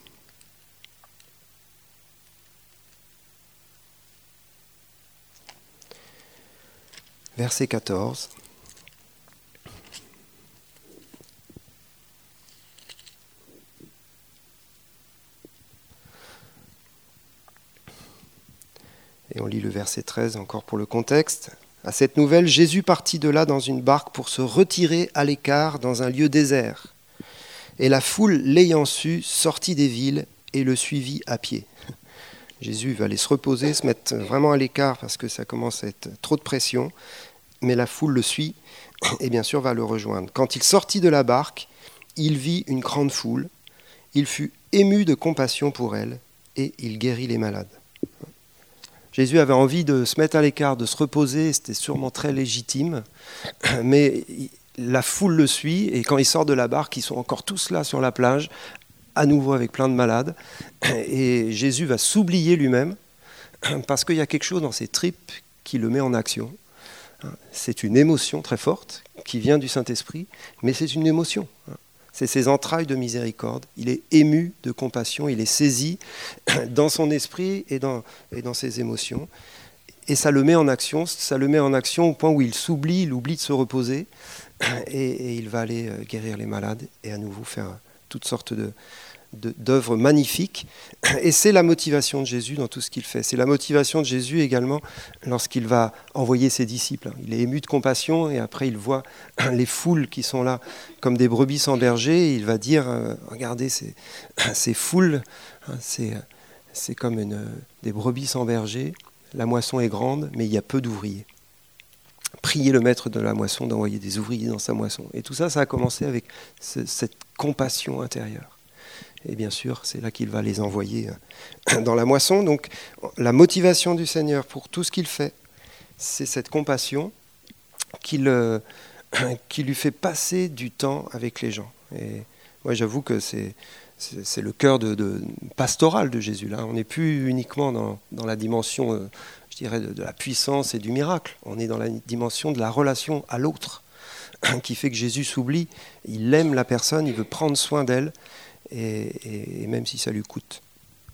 Verset 14. Et on lit le verset 13 encore pour le contexte. À cette nouvelle, Jésus partit de là dans une barque pour se retirer à l'écart dans un lieu désert. Et la foule, l'ayant su, sortit des villes et le suivit à pied. Jésus va aller se reposer, se mettre vraiment à l'écart parce que ça commence à être trop de pression. Mais la foule le suit et bien sûr va le rejoindre. Quand il sortit de la barque, il vit une grande foule. Il fut ému de compassion pour elle et il guérit les malades. Jésus avait envie de se mettre à l'écart, de se reposer, c'était sûrement très légitime, mais la foule le suit, et quand il sort de la barque, ils sont encore tous là sur la plage, à nouveau avec plein de malades, et Jésus va s'oublier lui-même, parce qu'il y a quelque chose dans ses tripes qui le met en action. C'est une émotion très forte, qui vient du Saint-Esprit, mais c'est une émotion. C'est ses entrailles de miséricorde. Il est ému de compassion, il est saisi dans son esprit et dans ses émotions. Et ça le met en action au point où il s'oublie, il oublie de se reposer, et il va aller guérir les malades et à nouveau faire toutes sortes d'œuvres magnifiques. Et c'est la motivation de Jésus dans tout ce qu'il fait. C'est la motivation de Jésus également lorsqu'il va envoyer ses disciples. Il est ému de compassion et après il voit les foules qui sont là comme des brebis sans berger. Et il va dire, regardez ces foules, c'est comme des brebis sans berger. La moisson est grande, mais il y a peu d'ouvriers. Priez le maître de la moisson d'envoyer des ouvriers dans sa moisson. Et tout ça, ça a commencé avec cette compassion intérieure. Et bien sûr, c'est là qu'il va les envoyer dans la moisson. Donc, la motivation du Seigneur pour tout ce qu'il fait, c'est cette compassion qui lui fait passer du temps avec les gens. Et moi, j'avoue que c'est le cœur pastoral de Jésus. Là, on n'est plus uniquement dans la dimension, je dirais, de la puissance et du miracle. On est dans la dimension de la relation à l'autre, qui fait que Jésus s'oublie. Il aime la personne, il veut prendre soin d'elle. Et même si ça lui coûte.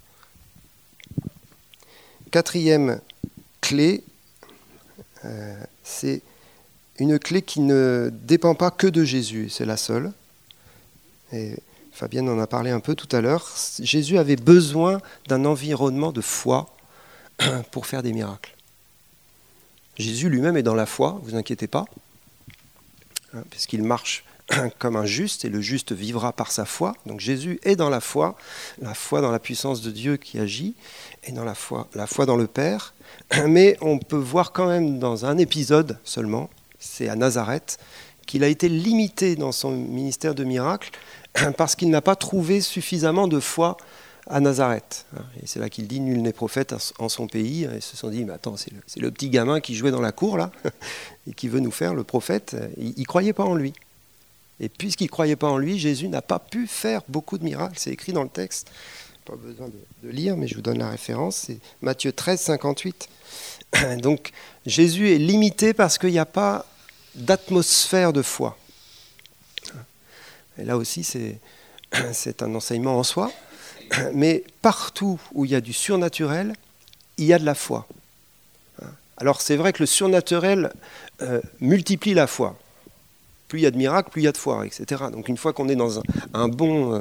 Quatrième clé, c'est une clé qui ne dépend pas que de Jésus, c'est la seule. Et Fabienne en a parlé un peu tout à l'heure. Jésus avait besoin d'un environnement de foi pour faire des miracles. Jésus lui-même est dans la foi, vous inquiétez pas, puisqu'il marche comme un juste, et le juste vivra par sa foi. Donc Jésus est dans la foi dans la puissance de Dieu qui agit, et dans la foi dans le Père. Mais on peut voir quand même dans un épisode seulement, c'est à Nazareth, qu'il a été limité dans son ministère de miracles, parce qu'il n'a pas trouvé suffisamment de foi à Nazareth. Et c'est là qu'il dit « Nul n'est prophète en son pays ». Ils se sont dit « Mais attends, c'est le petit gamin qui jouait dans la cour, là, et qui veut nous faire le prophète ». Il ne croyait pas en lui. Et puisqu'il ne croyait pas en lui, Jésus n'a pas pu faire beaucoup de miracles. C'est écrit dans le texte, pas besoin de lire, mais je vous donne la référence, c'est Matthieu 13, 58. Donc Jésus est limité parce qu'il n'y a pas d'atmosphère de foi. Et là aussi, c'est un enseignement en soi. Mais partout où il y a du surnaturel, il y a de la foi. Alors c'est vrai que le surnaturel multiplie la foi. Plus il y a de miracles, plus il y a de foi, etc. Donc une fois qu'on est dans un bon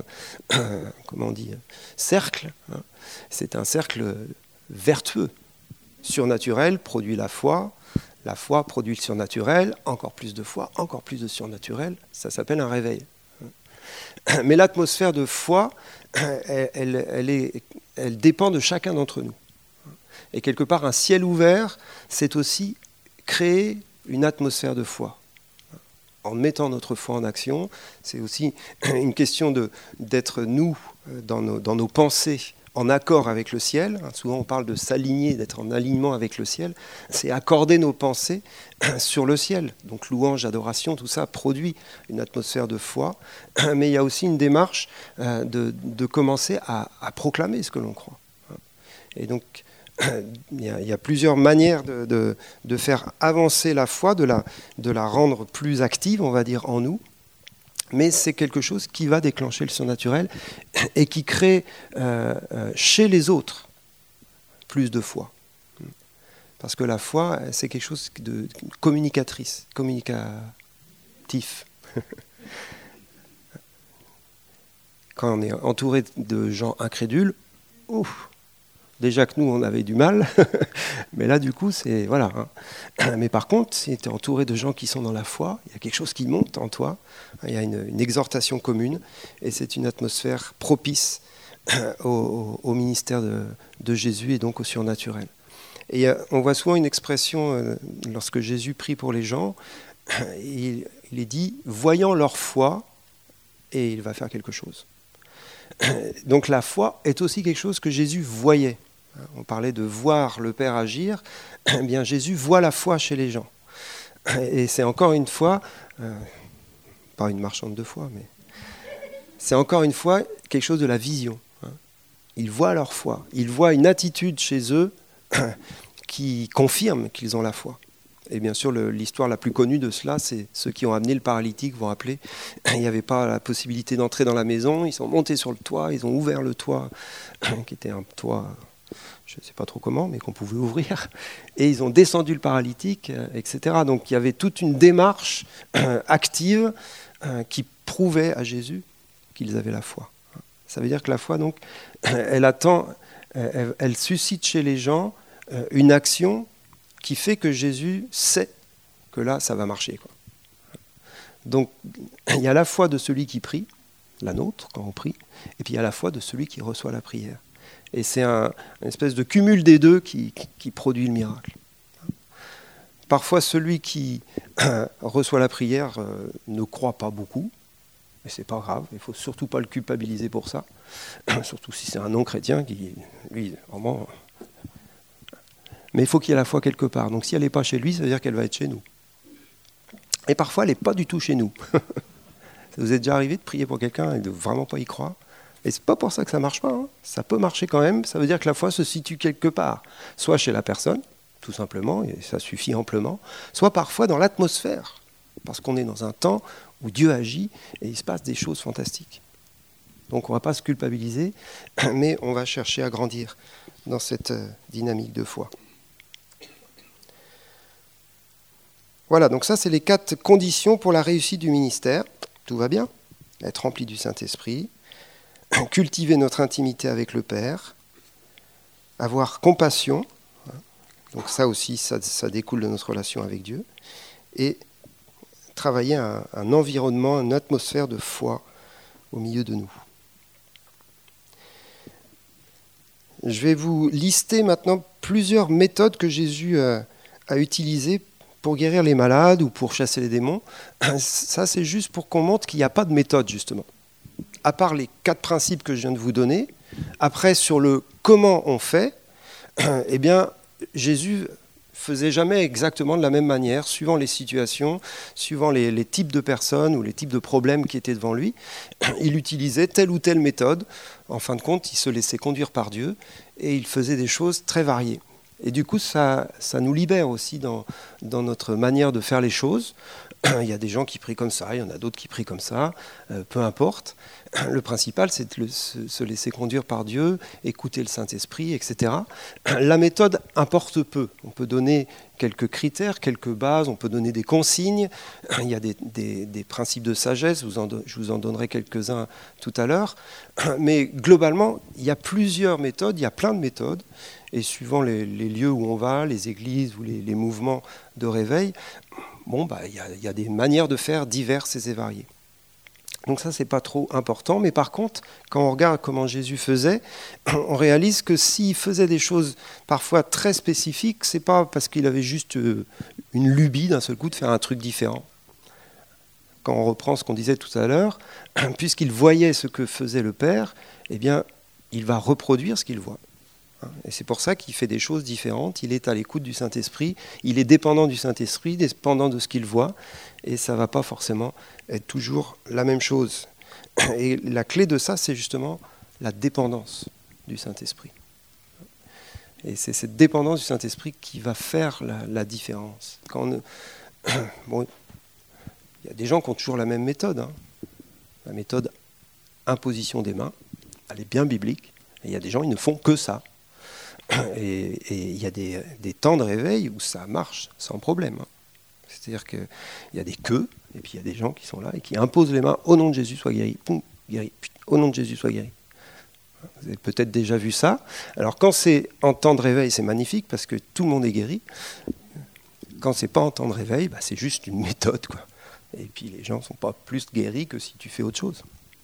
cercle, c'est un cercle vertueux. Surnaturel produit la foi produit le surnaturel, encore plus de foi, encore plus de surnaturel, ça s'appelle un réveil. Mais l'atmosphère de foi, elle dépend de chacun d'entre nous. Et quelque part, un ciel ouvert, c'est aussi créer une atmosphère de foi. En mettant notre foi en action, c'est aussi une question d'être nous, dans nos pensées, en accord avec le ciel. Souvent on parle de s'aligner, d'être en alignement avec le ciel. C'est accorder nos pensées sur le ciel. Donc louange, adoration, tout ça produit une atmosphère de foi. Mais il y a aussi une démarche de commencer à proclamer ce que l'on croit. Et donc il y a plusieurs manières de faire avancer la foi, de la rendre plus active, on va dire, en nous. Mais c'est quelque chose qui va déclencher le surnaturel et qui crée chez les autres plus de foi. Parce que la foi, c'est quelque chose de communicatif. Quand on est entouré de gens incrédules, déjà que nous, on avait du mal, mais là, du coup, c'est... Voilà. Mais par contre, si tu es entouré de gens qui sont dans la foi, il y a quelque chose qui monte en toi, il y a une exhortation commune, et c'est une atmosphère propice au ministère de Jésus et donc au surnaturel. Et on voit souvent une expression, lorsque Jésus prie pour les gens, il est dit « voyant leur foi », et il va faire quelque chose. Donc la foi est aussi quelque chose que Jésus voyait. On parlait de voir le Père agir. Eh bien, Jésus voit la foi chez les gens. Et c'est encore une fois, pas une marchande de foi, mais c'est encore une fois quelque chose de la vision. Ils voient leur foi. Ils voient une attitude chez eux qui confirme qu'ils ont la foi. Et bien sûr, l'histoire la plus connue de cela, c'est ceux qui ont amené le paralytique, vous vous rappelez. Il n'y avait pas la possibilité d'entrer dans la maison. Ils sont montés sur le toit, ils ont ouvert le toit, qui était un toit, je ne sais pas trop comment, mais qu'on pouvait ouvrir. Et ils ont descendu le paralytique, etc. Donc il y avait toute une démarche active qui prouvait à Jésus qu'ils avaient la foi. Ça veut dire que la foi, donc, elle suscite chez les gens une action qui fait que Jésus sait que là, ça va marcher, quoi. Donc, il y a la foi de celui qui prie, la nôtre, quand on prie, et puis il y a la foi de celui qui reçoit la prière. Et c'est une espèce de cumul des deux qui produit le miracle. Parfois, celui qui reçoit la prière ne croit pas beaucoup, mais c'est pas grave, il ne faut surtout pas le culpabiliser pour ça, surtout si c'est un non-chrétien qui, lui, vraiment... Mais il faut qu'il y ait la foi quelque part. Donc si elle n'est pas chez lui, ça veut dire qu'elle va être chez nous. Et parfois, elle n'est pas du tout chez nous. Ça vous est déjà arrivé de prier pour quelqu'un et de vraiment pas y croire? Et c'est pas pour ça que ça ne marche pas. Hein. Ça peut marcher quand même. Ça veut dire que la foi se situe quelque part. Soit chez la personne, tout simplement, et ça suffit amplement. Soit parfois dans l'atmosphère. Parce qu'on est dans un temps où Dieu agit et il se passe des choses fantastiques. Donc on ne va pas se culpabiliser, mais on va chercher à grandir dans cette dynamique de foi. Voilà, donc ça, c'est les 4 conditions pour la réussite du ministère. Tout va bien. Être rempli du Saint-Esprit, cultiver notre intimité avec le Père, avoir compassion. Donc ça aussi, ça découle de notre relation avec Dieu. Et travailler un environnement, une atmosphère de foi au milieu de nous. Je vais vous lister maintenant plusieurs méthodes que Jésus a utilisées pour guérir les malades ou pour chasser les démons. Ça, c'est juste pour qu'on montre qu'il n'y a pas de méthode, justement. À part les 4 principes que je viens de vous donner, après, sur le comment on fait, eh bien, Jésus faisait jamais exactement de la même manière, suivant les situations, suivant les types de personnes ou les types de problèmes qui étaient devant lui. Il utilisait telle ou telle méthode. En fin de compte, il se laissait conduire par Dieu et il faisait des choses très variées. Et du coup, ça nous libère aussi dans notre manière de faire les choses. Il y a des gens qui prient comme ça, il y en a d'autres qui prient comme ça, peu importe. Le principal, c'est de se laisser conduire par Dieu, écouter le Saint-Esprit, etc. La méthode importe peu. On peut donner quelques critères, quelques bases, on peut donner des consignes. Il y a des principes de sagesse, je vous en donnerai quelques-uns tout à l'heure. Mais globalement, il y a plusieurs méthodes, il y a plein de méthodes. Et suivant les lieux où on va, les églises ou les mouvements de réveil, il y a des manières de faire diverses et variées. Donc ça, c'est pas trop important. Mais par contre, quand on regarde comment Jésus faisait, on réalise que s'il faisait des choses parfois très spécifiques, c'est pas parce qu'il avait juste une lubie d'un seul coup de faire un truc différent. Quand on reprend ce qu'on disait tout à l'heure, puisqu'il voyait ce que faisait le Père, eh bien, il va reproduire ce qu'il voit. Et c'est pour ça qu'il fait des choses différentes. Il est à l'écoute du Saint-Esprit, il est dépendant du Saint-Esprit, dépendant de ce qu'il voit, et ça ne va pas forcément être toujours la même chose. Et la clé de ça, c'est justement la dépendance du Saint-Esprit. Et c'est cette dépendance du Saint-Esprit qui va faire la différence. Bon, il y a des gens qui ont toujours la même méthode. La méthode imposition des mains, elle est bien biblique. Et il y a des gens, ils ne font que ça. Et il y a des temps de réveil où ça marche sans problème. C'est-à-dire qu'il y a des queues, et puis il y a des gens qui sont là et qui imposent les mains, au nom de Jésus, sois guéri, poum, guéri, au nom de Jésus, sois guéri. Vous avez peut-être déjà vu ça. Alors quand c'est en temps de réveil, c'est magnifique parce que tout le monde est guéri. Quand c'est pas en temps de réveil, c'est juste une méthode, quoi. Et puis les gens ne sont pas plus guéris que si tu fais autre chose.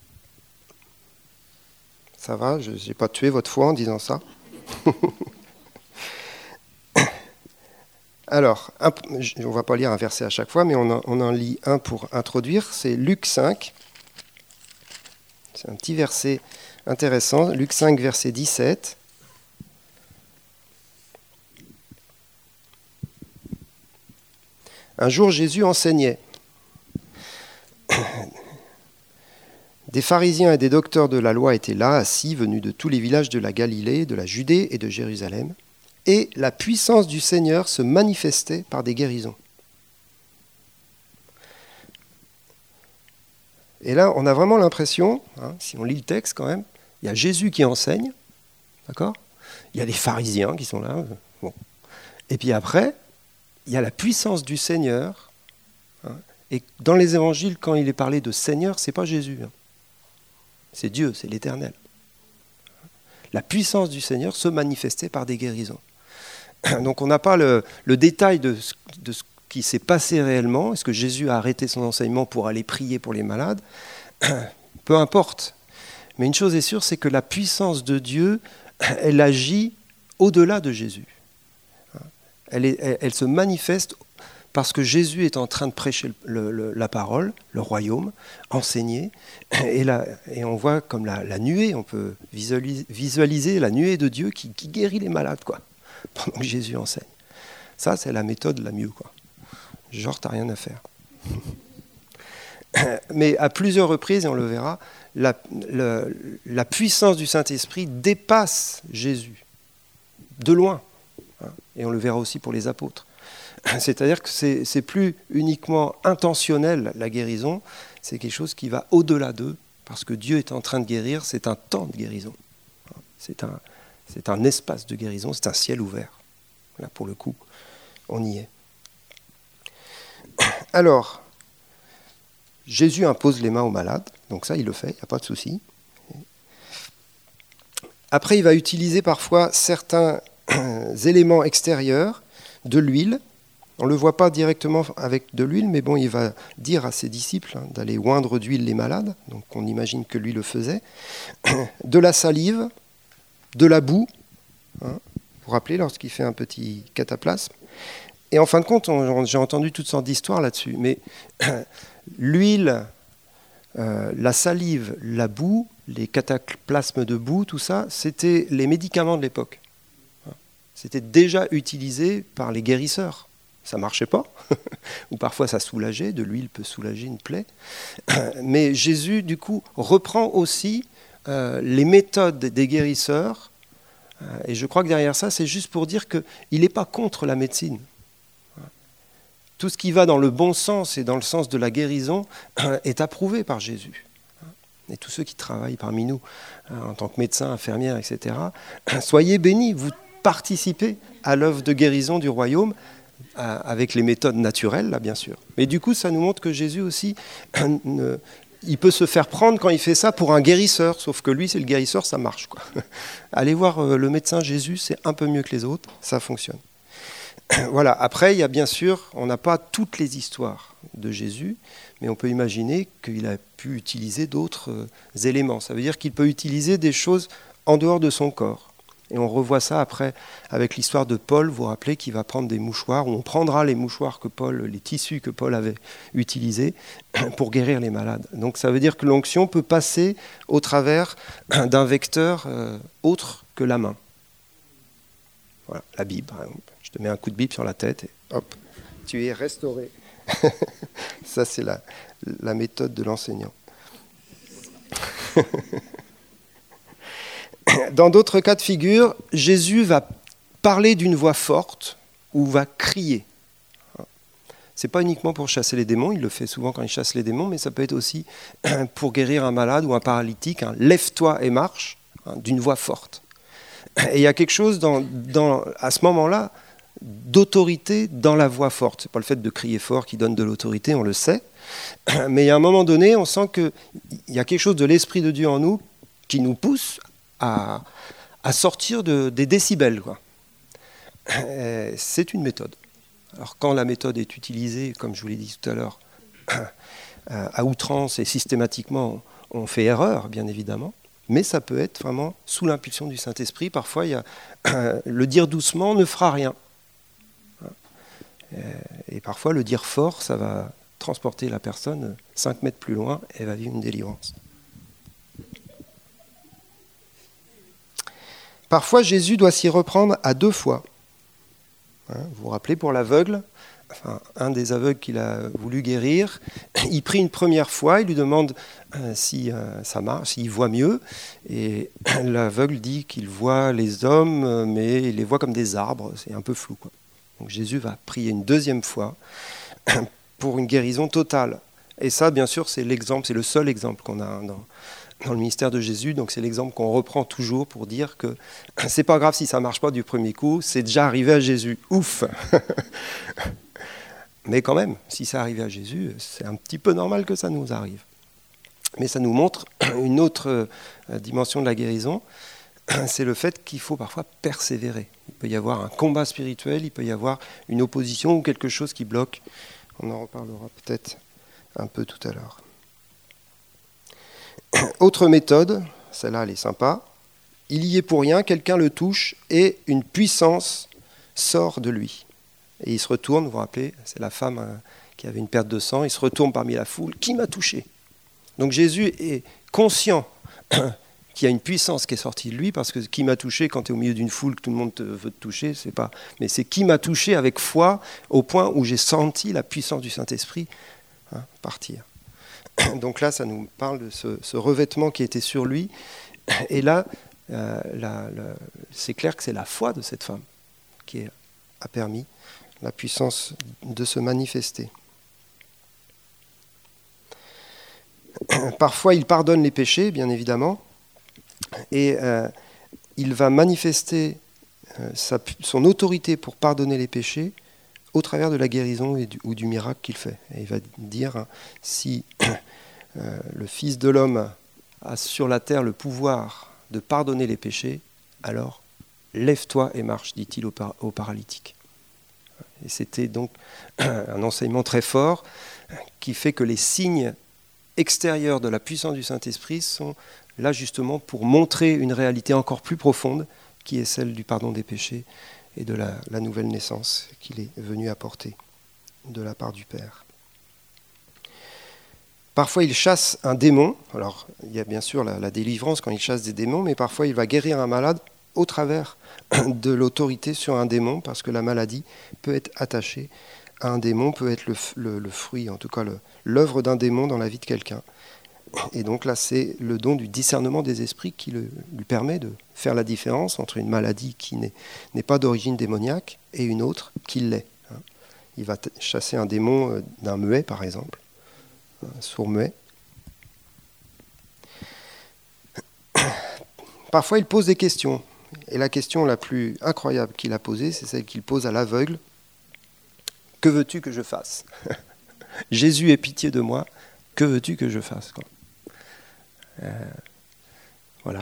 Ça va, je n'ai pas tué votre foi en disant ça. Alors, on ne va pas lire un verset à chaque fois, mais on en lit un pour introduire. C'est Luc 5. C'est un petit verset intéressant. Luc 5, verset 17. Un jour, Jésus enseignait. Des pharisiens et des docteurs de la loi étaient là, assis, venus de tous les villages de la Galilée, de la Judée et de Jérusalem. Et la puissance du Seigneur se manifestait par des guérisons. Et là, on a vraiment l'impression, si on lit le texte quand même, il y a Jésus qui enseigne, d'accord ? Il y a les pharisiens qui sont là. Bon. Et puis après, il y a la puissance du Seigneur. Et dans les évangiles, quand il est parlé de Seigneur, ce n'est pas Jésus. C'est Dieu, c'est l'Éternel. La puissance du Seigneur se manifestait par des guérisons. Donc on n'a pas le détail de ce qui s'est passé réellement. Est-ce que Jésus a arrêté son enseignement pour aller prier pour les malades ? Peu importe. Mais une chose est sûre, c'est que la puissance de Dieu, elle agit au-delà de Jésus. Elle se manifeste parce que Jésus est en train de prêcher la parole, le royaume, enseigner, et on voit comme la nuée, on peut visualiser la nuée de Dieu qui guérit les malades, quoi, pendant que Jésus enseigne. Ça, c'est la méthode la mieux, quoi. Genre, t'as rien à faire. Mais à plusieurs reprises, et on le verra, la puissance du Saint-Esprit dépasse Jésus, de loin. Et on le verra aussi pour les apôtres. C'est-à-dire que c'est plus uniquement intentionnel, la guérison, c'est quelque chose qui va au-delà d'eux, parce que Dieu est en train de guérir, c'est un temps de guérison. C'est un espace de guérison, c'est un ciel ouvert. Là, pour le coup, on y est. Alors, Jésus impose les mains aux malades, donc ça, il le fait, il n'y a pas de souci. Après, il va utiliser parfois certains éléments extérieurs, de l'huile. On ne le voit pas directement avec de l'huile, mais bon, il va dire à ses disciples d'aller oindre d'huile les malades, donc on imagine que lui le faisait, de la salive, de la boue, vous vous rappelez, lorsqu'il fait un petit cataplasme. Et en fin de compte, j'ai entendu toutes sortes d'histoires là-dessus, mais l'huile, la salive, la boue, les cataplasmes de boue, tout ça, c'était les médicaments de l'époque. C'était déjà utilisé par les guérisseurs. Ça ne marchait pas, ou parfois ça soulageait, de l'huile peut soulager une plaie. Mais Jésus, du coup, reprend aussi les méthodes des guérisseurs, et je crois que derrière ça, c'est juste pour dire qu'il n'est pas contre la médecine. Tout ce qui va dans le bon sens et dans le sens de la guérison est approuvé par Jésus. Et tous ceux qui travaillent parmi nous, en tant que médecins, infirmières, etc., soyez bénis, vous participez à l'œuvre de guérison du royaume, avec les méthodes naturelles, là, bien sûr. Mais du coup, ça nous montre que Jésus aussi, il peut se faire prendre quand il fait ça pour un guérisseur, sauf que lui, c'est le guérisseur, ça marche, quoi. Allez voir le médecin Jésus, c'est un peu mieux que les autres, ça fonctionne. Voilà. Après, il y a bien sûr, on n'a pas toutes les histoires de Jésus, mais on peut imaginer qu'il a pu utiliser d'autres éléments. Ça veut dire qu'il peut utiliser des choses en dehors de son corps. Et on revoit ça après avec l'histoire de Paul, vous vous rappelez, qui va prendre des mouchoirs, où on prendra les mouchoirs que Paul, les tissus que Paul avait utilisés pour guérir les malades. Donc ça veut dire que l'onction peut passer au travers d'un vecteur autre que la main. Voilà, la Bible, par exemple. Je te mets un coup de Bible sur la tête et hop, tu es restauré. Ça, c'est la méthode de l'enseignant. Dans d'autres cas de figure, Jésus va parler d'une voix forte ou va crier. Ce n'est pas uniquement pour chasser les démons, il le fait souvent quand il chasse les démons, mais ça peut être aussi pour guérir un malade ou un paralytique. Lève-toi et marche, d'une voix forte. Et il y a quelque chose à ce moment-là d'autorité dans la voix forte. Ce n'est pas le fait de crier fort qui donne de l'autorité, on le sait, mais à un moment donné, on sent qu'il y a quelque chose de l'Esprit de Dieu en nous qui nous pousse à sortir des décibels, quoi. C'est une méthode. Alors quand la méthode est utilisée, comme je vous l'ai dit tout à l'heure, à outrance et systématiquement, on fait erreur, bien évidemment, mais ça peut être vraiment sous l'impulsion du Saint-Esprit. Parfois, le dire doucement ne fera rien. Et parfois, le dire fort, ça va transporter la personne 5 mètres plus loin et va vivre une délivrance. Parfois, Jésus doit s'y reprendre à 2 fois. Vous vous rappelez, pour l'aveugle, un des aveugles qu'il a voulu guérir, il prie une première fois, il lui demande si ça marche, s'il voit mieux, et l'aveugle dit qu'il voit les hommes, mais il les voit comme des arbres, c'est un peu flou, quoi. Donc Jésus va prier une 2e fois pour une guérison totale. Et ça, bien sûr, c'est le seul exemple qu'on a dans le ministère de Jésus, donc c'est l'exemple qu'on reprend toujours pour dire que c'est pas grave si ça marche pas du premier coup, c'est déjà arrivé à Jésus, ouf. Mais quand même, si ça arrivait à Jésus, c'est un petit peu normal que ça nous arrive. Mais ça nous montre une autre dimension de la guérison, c'est le fait qu'il faut parfois persévérer. Il peut y avoir un combat spirituel, il peut y avoir une opposition ou quelque chose qui bloque. On en reparlera peut-être un peu tout à l'heure. Autre méthode, celle-là elle est sympa, il y est pour rien, quelqu'un le touche et une puissance sort de lui. Et il se retourne, vous vous rappelez, c'est la femme qui avait une perte de sang, il se retourne parmi la foule, qui m'a touché ? Donc Jésus est conscient qu'il y a une puissance qui est sortie de lui, parce que qui m'a touché, quand tu es au milieu d'une foule, que tout le monde veut te toucher, c'est pas... Mais c'est qui m'a touché avec foi, au point où j'ai senti la puissance du Saint-Esprit partir. Donc là, ça nous parle de ce revêtement qui était sur lui. Et là, c'est clair que c'est la foi de cette femme qui a permis la puissance de se manifester. Parfois, il pardonne les péchés, bien évidemment, et il va manifester son autorité pour pardonner les péchés au travers de la guérison ou du miracle qu'il fait. Et il va dire, si le Fils de l'homme a sur la terre le pouvoir de pardonner les péchés, alors lève-toi et marche, dit-il au paralytique. Et c'était donc un enseignement très fort qui fait que les signes extérieurs de la puissance du Saint-Esprit sont là justement pour montrer une réalité encore plus profonde qui est celle du pardon des péchés et de la nouvelle naissance qu'il est venu apporter de la part du Père. Parfois, il chasse un démon. Alors, il y a bien sûr la délivrance quand il chasse des démons, mais parfois, il va guérir un malade au travers de l'autorité sur un démon, parce que la maladie peut être attachée à un démon, peut être le fruit, en tout cas l'œuvre d'un démon dans la vie de quelqu'un. Et donc là, c'est le don du discernement des esprits qui lui permet de faire la différence entre une maladie qui n'est pas d'origine démoniaque et une autre qui l'est. Il va chasser un démon d'un muet, par exemple, un sourd-muet. Parfois, il pose des questions. Et la question la plus incroyable qu'il a posée, c'est celle qu'il pose à l'aveugle. « Que veux-tu que je fasse ?» Jésus, aie pitié de moi. Que veux-tu que je fasse, quoi. Voilà.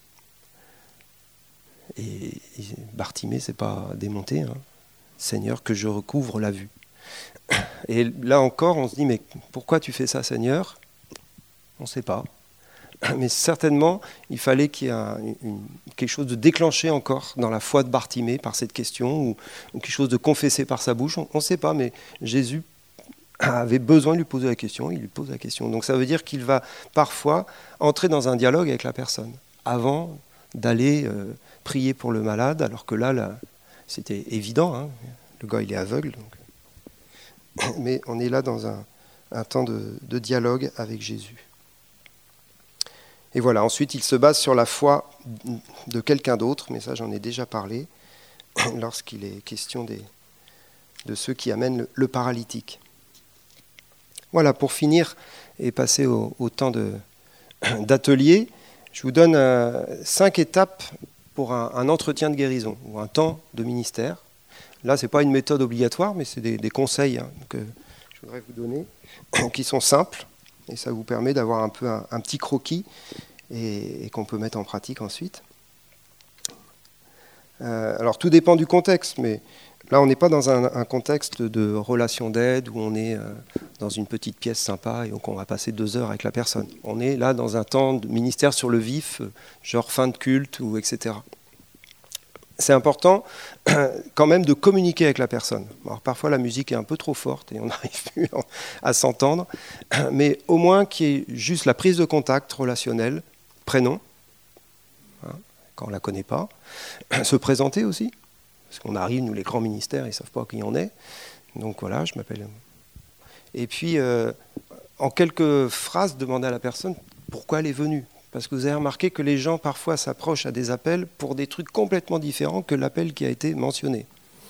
Et Bartimée, c'est pas démonté. Hein. Seigneur, que je recouvre la vue. Et là encore, on se dit, mais pourquoi tu fais ça, Seigneur ? On ne sait pas. Mais certainement, il fallait qu'il y ait quelque chose de déclenché encore dans la foi de Bartimée par cette question, ou quelque chose de confessé par sa bouche. On ne sait pas, mais Jésus avait besoin de lui poser la question, il lui pose la question. Donc ça veut dire qu'il va parfois entrer dans un dialogue avec la personne, avant d'aller prier pour le malade, alors que là c'était évident, hein. Le gars il est aveugle. Donc. Mais on est là dans un temps de dialogue avec Jésus. Et voilà, ensuite il se base sur la foi de quelqu'un d'autre, mais ça j'en ai déjà parlé, lorsqu'il est question de ceux qui amènent le paralytique. Voilà, pour finir et passer au temps d'atelier, je vous donne 5 étapes pour un entretien de guérison, ou un temps de ministère. Là, ce n'est pas une méthode obligatoire, mais c'est des conseils que je voudrais vous donner, qui sont simples, et ça vous permet d'avoir un peu un petit croquis, et qu'on peut mettre en pratique ensuite. Alors, tout dépend du contexte, mais là, on n'est pas dans un contexte de relation d'aide où on est dans une petite pièce sympa et donc on va passer 2 heures avec la personne. On est là dans un temps de ministère sur le vif, genre fin de culte, ou etc. C'est important quand même de communiquer avec la personne. Alors, parfois, la musique est un peu trop forte et on n'arrive plus à s'entendre, mais au moins qu'il y ait juste la prise de contact relationnelle, prénom, hein, quand on ne la connaît pas, se présenter aussi. Parce qu'on arrive, nous, les grands ministères, ils ne savent pas qui on est. Donc voilà, je m'appelle... Et puis, en quelques phrases, demander à la personne pourquoi elle est venue. Parce que vous avez remarqué que les gens, parfois, s'approchent à des appels pour des trucs complètement différents que l'appel qui a été mentionné.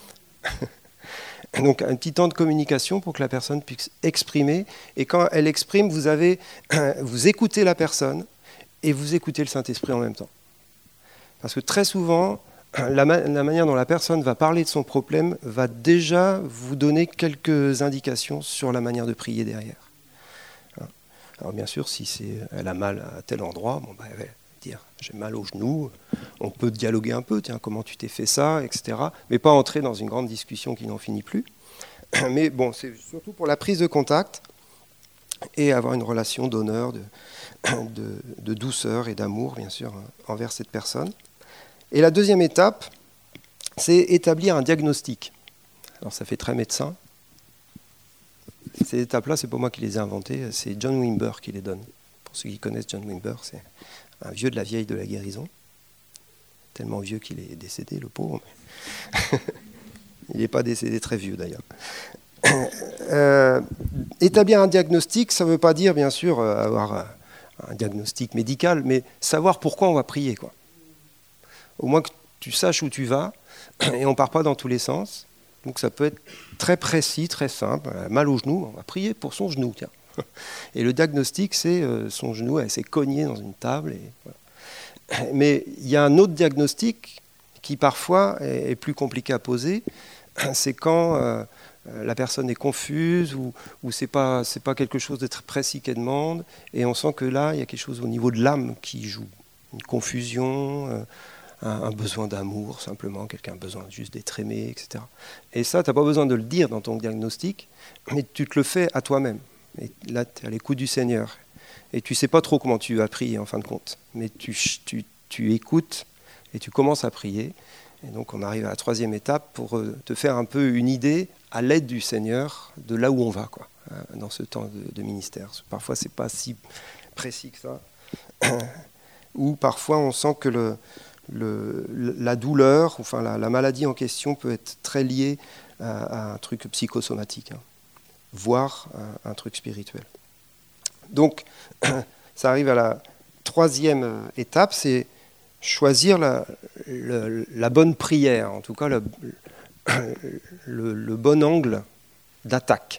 Donc, un petit temps de communication pour que la personne puisse exprimer. Et quand elle exprime, vous écoutez la personne et vous écoutez le Saint-Esprit en même temps. Parce que très souvent... La manière dont la personne va parler de son problème va déjà vous donner quelques indications sur la manière de prier derrière. Alors bien sûr, si elle a mal à tel endroit, elle va dire « j'ai mal au genou », on peut dialoguer un peu, « tiens, comment tu t'es fait ça », etc. Mais pas entrer dans une grande discussion qui n'en finit plus. Mais bon, c'est surtout pour la prise de contact et avoir une relation d'honneur, de douceur et d'amour, bien sûr, envers cette personne. Et la deuxième étape, c'est établir un diagnostic. Alors ça fait très médecin. Ces étapes-là, c'est pas moi qui les ai inventées, c'est John Wimber qui les donne. Pour ceux qui connaissent John Wimber, c'est un vieux de la vieille de la guérison. Tellement vieux qu'il est décédé, le pauvre. Il n'est pas décédé très vieux d'ailleurs. Établir un diagnostic, ça ne veut pas dire bien sûr avoir un diagnostic médical, mais savoir pourquoi on va prier, quoi. Au moins que tu saches où tu vas, et on ne part pas dans tous les sens. Donc ça peut être très précis, très simple. Mal au genou, on va prier pour son genou, tiens. Et le diagnostic, c'est son genou, elle s'est cognée dans une table. Et voilà. Mais il y a un autre diagnostic qui parfois est plus compliqué à poser. C'est quand la personne est confuse ou c'est pas quelque chose de très précis qu'elle demande. Et on sent que là, il y a quelque chose au niveau de l'âme qui joue. Une confusion... un besoin d'amour, simplement, quelqu'un a besoin juste d'être aimé, etc. Et ça, tu n'as pas besoin de le dire dans ton diagnostic, mais tu te le fais à toi-même. Et là, tu es à l'écoute du Seigneur. Et tu ne sais pas trop comment tu vas prier, en fin de compte. Mais tu écoutes et tu commences à prier. Et donc, on arrive à la 3e étape pour te faire un peu une idée, à l'aide du Seigneur, de là où on va, quoi, dans ce temps de ministère. Parfois, ce n'est pas si précis que ça. Ou parfois, on sent que la douleur, enfin la maladie en question peut être très liée à un truc psychosomatique, voire un truc spirituel. Donc, ça arrive à la troisième étape, c'est choisir la bonne prière, en tout cas le bon angle d'attaque.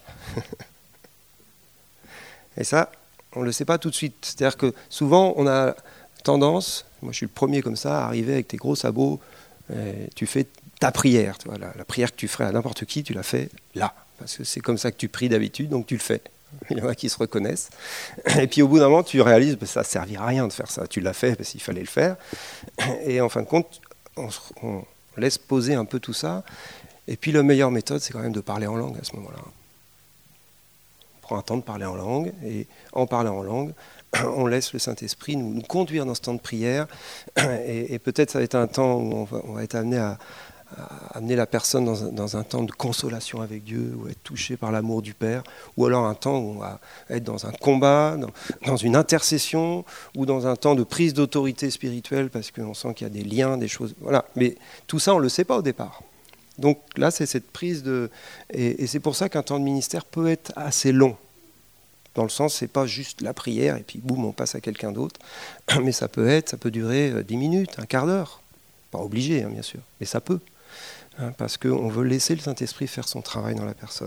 Et ça, on ne le sait pas tout de suite. C'est-à-dire que souvent, on a tendance, moi je suis le premier comme ça, à arriver avec tes gros sabots, tu fais ta prière. Tu vois, la prière que tu ferais à n'importe qui, tu la fais là. Parce que c'est comme ça que tu pries d'habitude, donc tu le fais. Il y en a qui se reconnaissent. Et puis au bout d'un moment, tu réalises que ça ne servira à rien de faire ça. Tu l'as fait parce qu'il fallait le faire. Et en fin de compte, on laisse poser un peu tout ça. Et puis la meilleure méthode, c'est quand même de parler en langue à ce moment-là. On prend un temps de parler en langue, et en parlant en langue, on laisse le Saint-Esprit nous conduire dans ce temps de prière. Et peut-être ça va être un temps où on va être amené à amener la personne dans un temps de consolation avec Dieu, ou être touché par l'amour du Père, ou alors un temps où on va être dans un combat, dans une intercession, ou dans un temps de prise d'autorité spirituelle, parce qu'on sent qu'il y a des liens, des choses... Voilà. Mais tout ça, on ne le sait pas au départ. Donc là, c'est cette prise de... Et c'est pour ça qu'un temps de ministère peut être assez long. Dans le sens, c'est pas juste la prière, et puis boum, on passe à quelqu'un d'autre. Mais ça peut durer 10 minutes, un quart d'heure. Pas obligé, bien sûr, mais ça peut. Parce qu'on veut laisser le Saint-Esprit faire son travail dans la personne.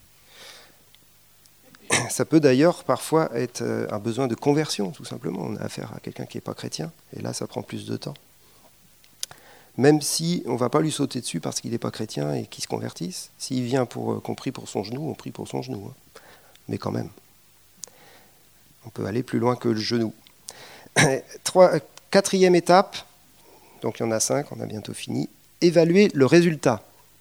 Ça peut d'ailleurs parfois être un besoin de conversion, tout simplement. On a affaire à quelqu'un qui n'est pas chrétien, et là, ça prend plus de temps. Même si on ne va pas lui sauter dessus parce qu'il n'est pas chrétien et qu'il se convertisse. S'il vient qu'on prie pour son genou, on prie pour son genou. Mais quand même, on peut aller plus loin que le genou. Quatrième étape, donc il y en a 5, on a bientôt fini. Évaluer le résultat.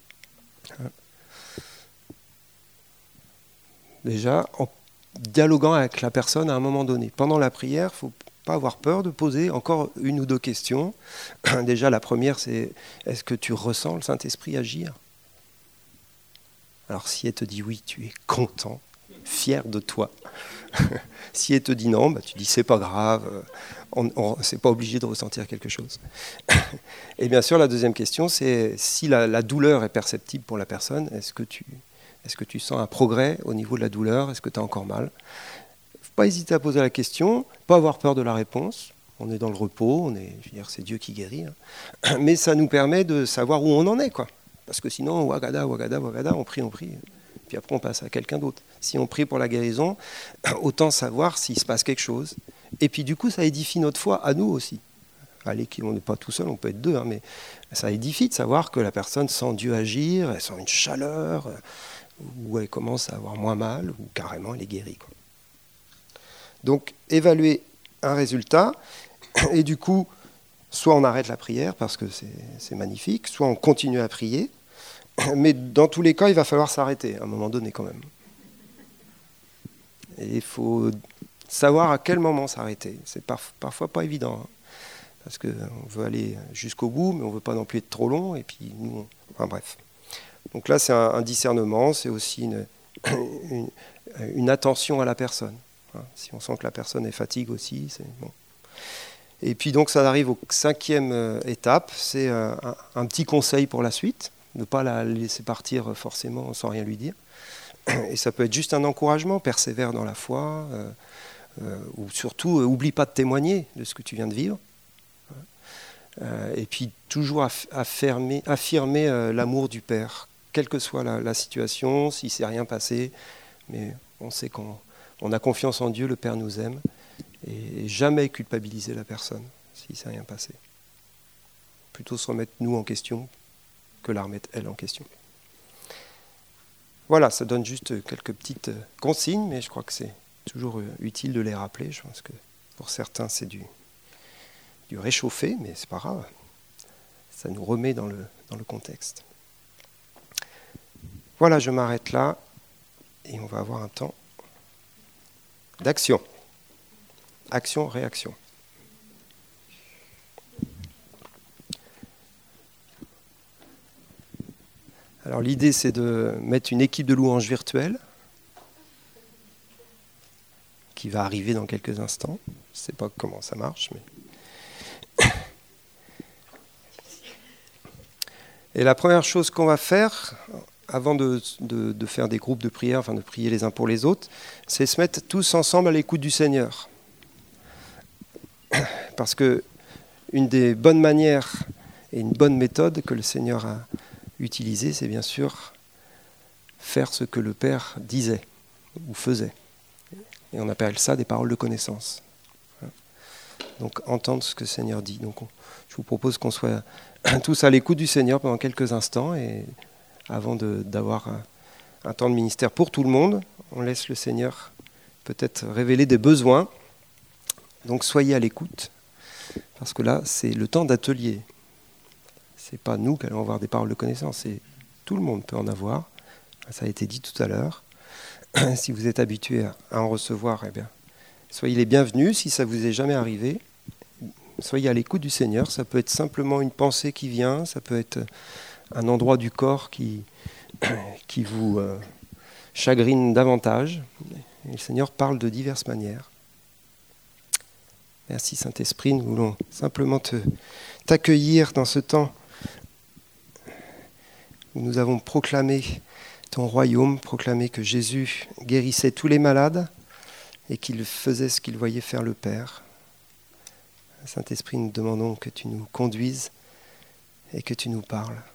Déjà, en dialoguant avec la personne à un moment donné. Pendant la prière, il ne faut pas avoir peur de poser encore 1 ou 2 questions. Déjà, la première, c'est est-ce que tu ressens le Saint-Esprit agir ? Alors, si elle te dit oui, tu es content, fier de toi. Si elle te dit non, tu dis c'est pas grave, c'est pas obligé de ressentir quelque chose. Et bien sûr, la deuxième question, c'est si la douleur est perceptible pour la personne, est-ce que tu sens un progrès au niveau de la douleur ? Est-ce que tu as encore mal ? Il ne faut pas hésiter à poser la question, pas avoir peur de la réponse. On est dans le repos, c'est Dieu qui guérit. Mais ça nous permet de savoir où on en est, quoi. Parce que sinon, wagada, on prie. Puis après, on passe à quelqu'un d'autre. Si on prie pour la guérison, autant savoir s'il se passe quelque chose. Et puis du coup, ça édifie notre foi à nous aussi. Allez, on n'est pas tout seul, on peut être 2, mais ça édifie de savoir que la personne sent Dieu agir, elle sent une chaleur, ou elle commence à avoir moins mal, ou carrément elle est guérie, quoi. Donc, évaluer un résultat, et du coup, soit on arrête la prière parce que c'est magnifique, soit on continue à prier. Mais dans tous les cas, il va falloir s'arrêter à un moment donné quand même. Et il faut savoir à quel moment s'arrêter. C'est parfois pas évident, parce qu'on veut aller jusqu'au bout, mais on ne veut pas non plus être trop long. Et puis nous, enfin bref. Donc là, c'est un discernement, c'est aussi une attention à la personne. Si on sent que la personne est fatiguée aussi, c'est bon. Et puis donc ça arrive aux 5e étape, c'est un petit conseil pour la suite. Ne pas la laisser partir forcément sans rien lui dire. Et ça peut être juste un encouragement, persévère dans la foi, ou surtout, oublie pas de témoigner de ce que tu viens de vivre. Et puis toujours affirmer l'amour du Père, quelle que soit la situation, s'il ne s'est rien passé, mais on sait qu'on a confiance en Dieu, le Père nous aime, et jamais culpabiliser la personne s'il ne s'est rien passé. Plutôt se remettre nous en question que la remettre elle en question. Voilà, ça donne juste quelques petites consignes, mais je crois que c'est toujours utile de les rappeler. Je pense que pour certains, c'est du réchauffé, mais c'est pas grave. Ça nous remet dans le contexte. Voilà, je m'arrête là, et on va avoir un temps d'action. Action, réaction. Alors l'idée, c'est de mettre une équipe de louanges virtuelle qui va arriver dans quelques instants. Je ne sais pas comment ça marche, mais Et la première chose qu'on va faire, avant de faire des groupes de prière, enfin de prier les uns pour les autres, c'est se mettre tous ensemble à l'écoute du Seigneur. Parce que une des bonnes manières et une bonne méthode que le Seigneur a utilisée, c'est bien sûr faire ce que le Père disait ou faisait. Et on appelle ça des paroles de connaissance. Donc entendre ce que le Seigneur dit. Donc je vous propose qu'on soit tous à l'écoute du Seigneur pendant quelques instants, et avant d'avoir un temps de ministère pour tout le monde, on laisse le Seigneur peut-être révéler des besoins. Donc soyez à l'écoute, parce que là c'est le temps d'atelier. C'est pas nous qui allons avoir des paroles de connaissance, c'est tout le monde peut en avoir. Ça a été dit tout à l'heure. Si vous êtes habitué à en recevoir, eh bien, soyez les bienvenus. Si ça vous est jamais arrivé, soyez à l'écoute du Seigneur. Ça peut être simplement une pensée qui vient, ça peut être un endroit du corps qui vous chagrine davantage. Et le Seigneur parle de diverses manières. Merci Saint-Esprit, nous voulons simplement t'accueillir dans ce temps où nous avons proclamé ton royaume, proclamé que Jésus guérissait tous les malades et qu'il faisait ce qu'il voyait faire le Père. Saint-Esprit, nous demandons que tu nous conduises et que tu nous parles.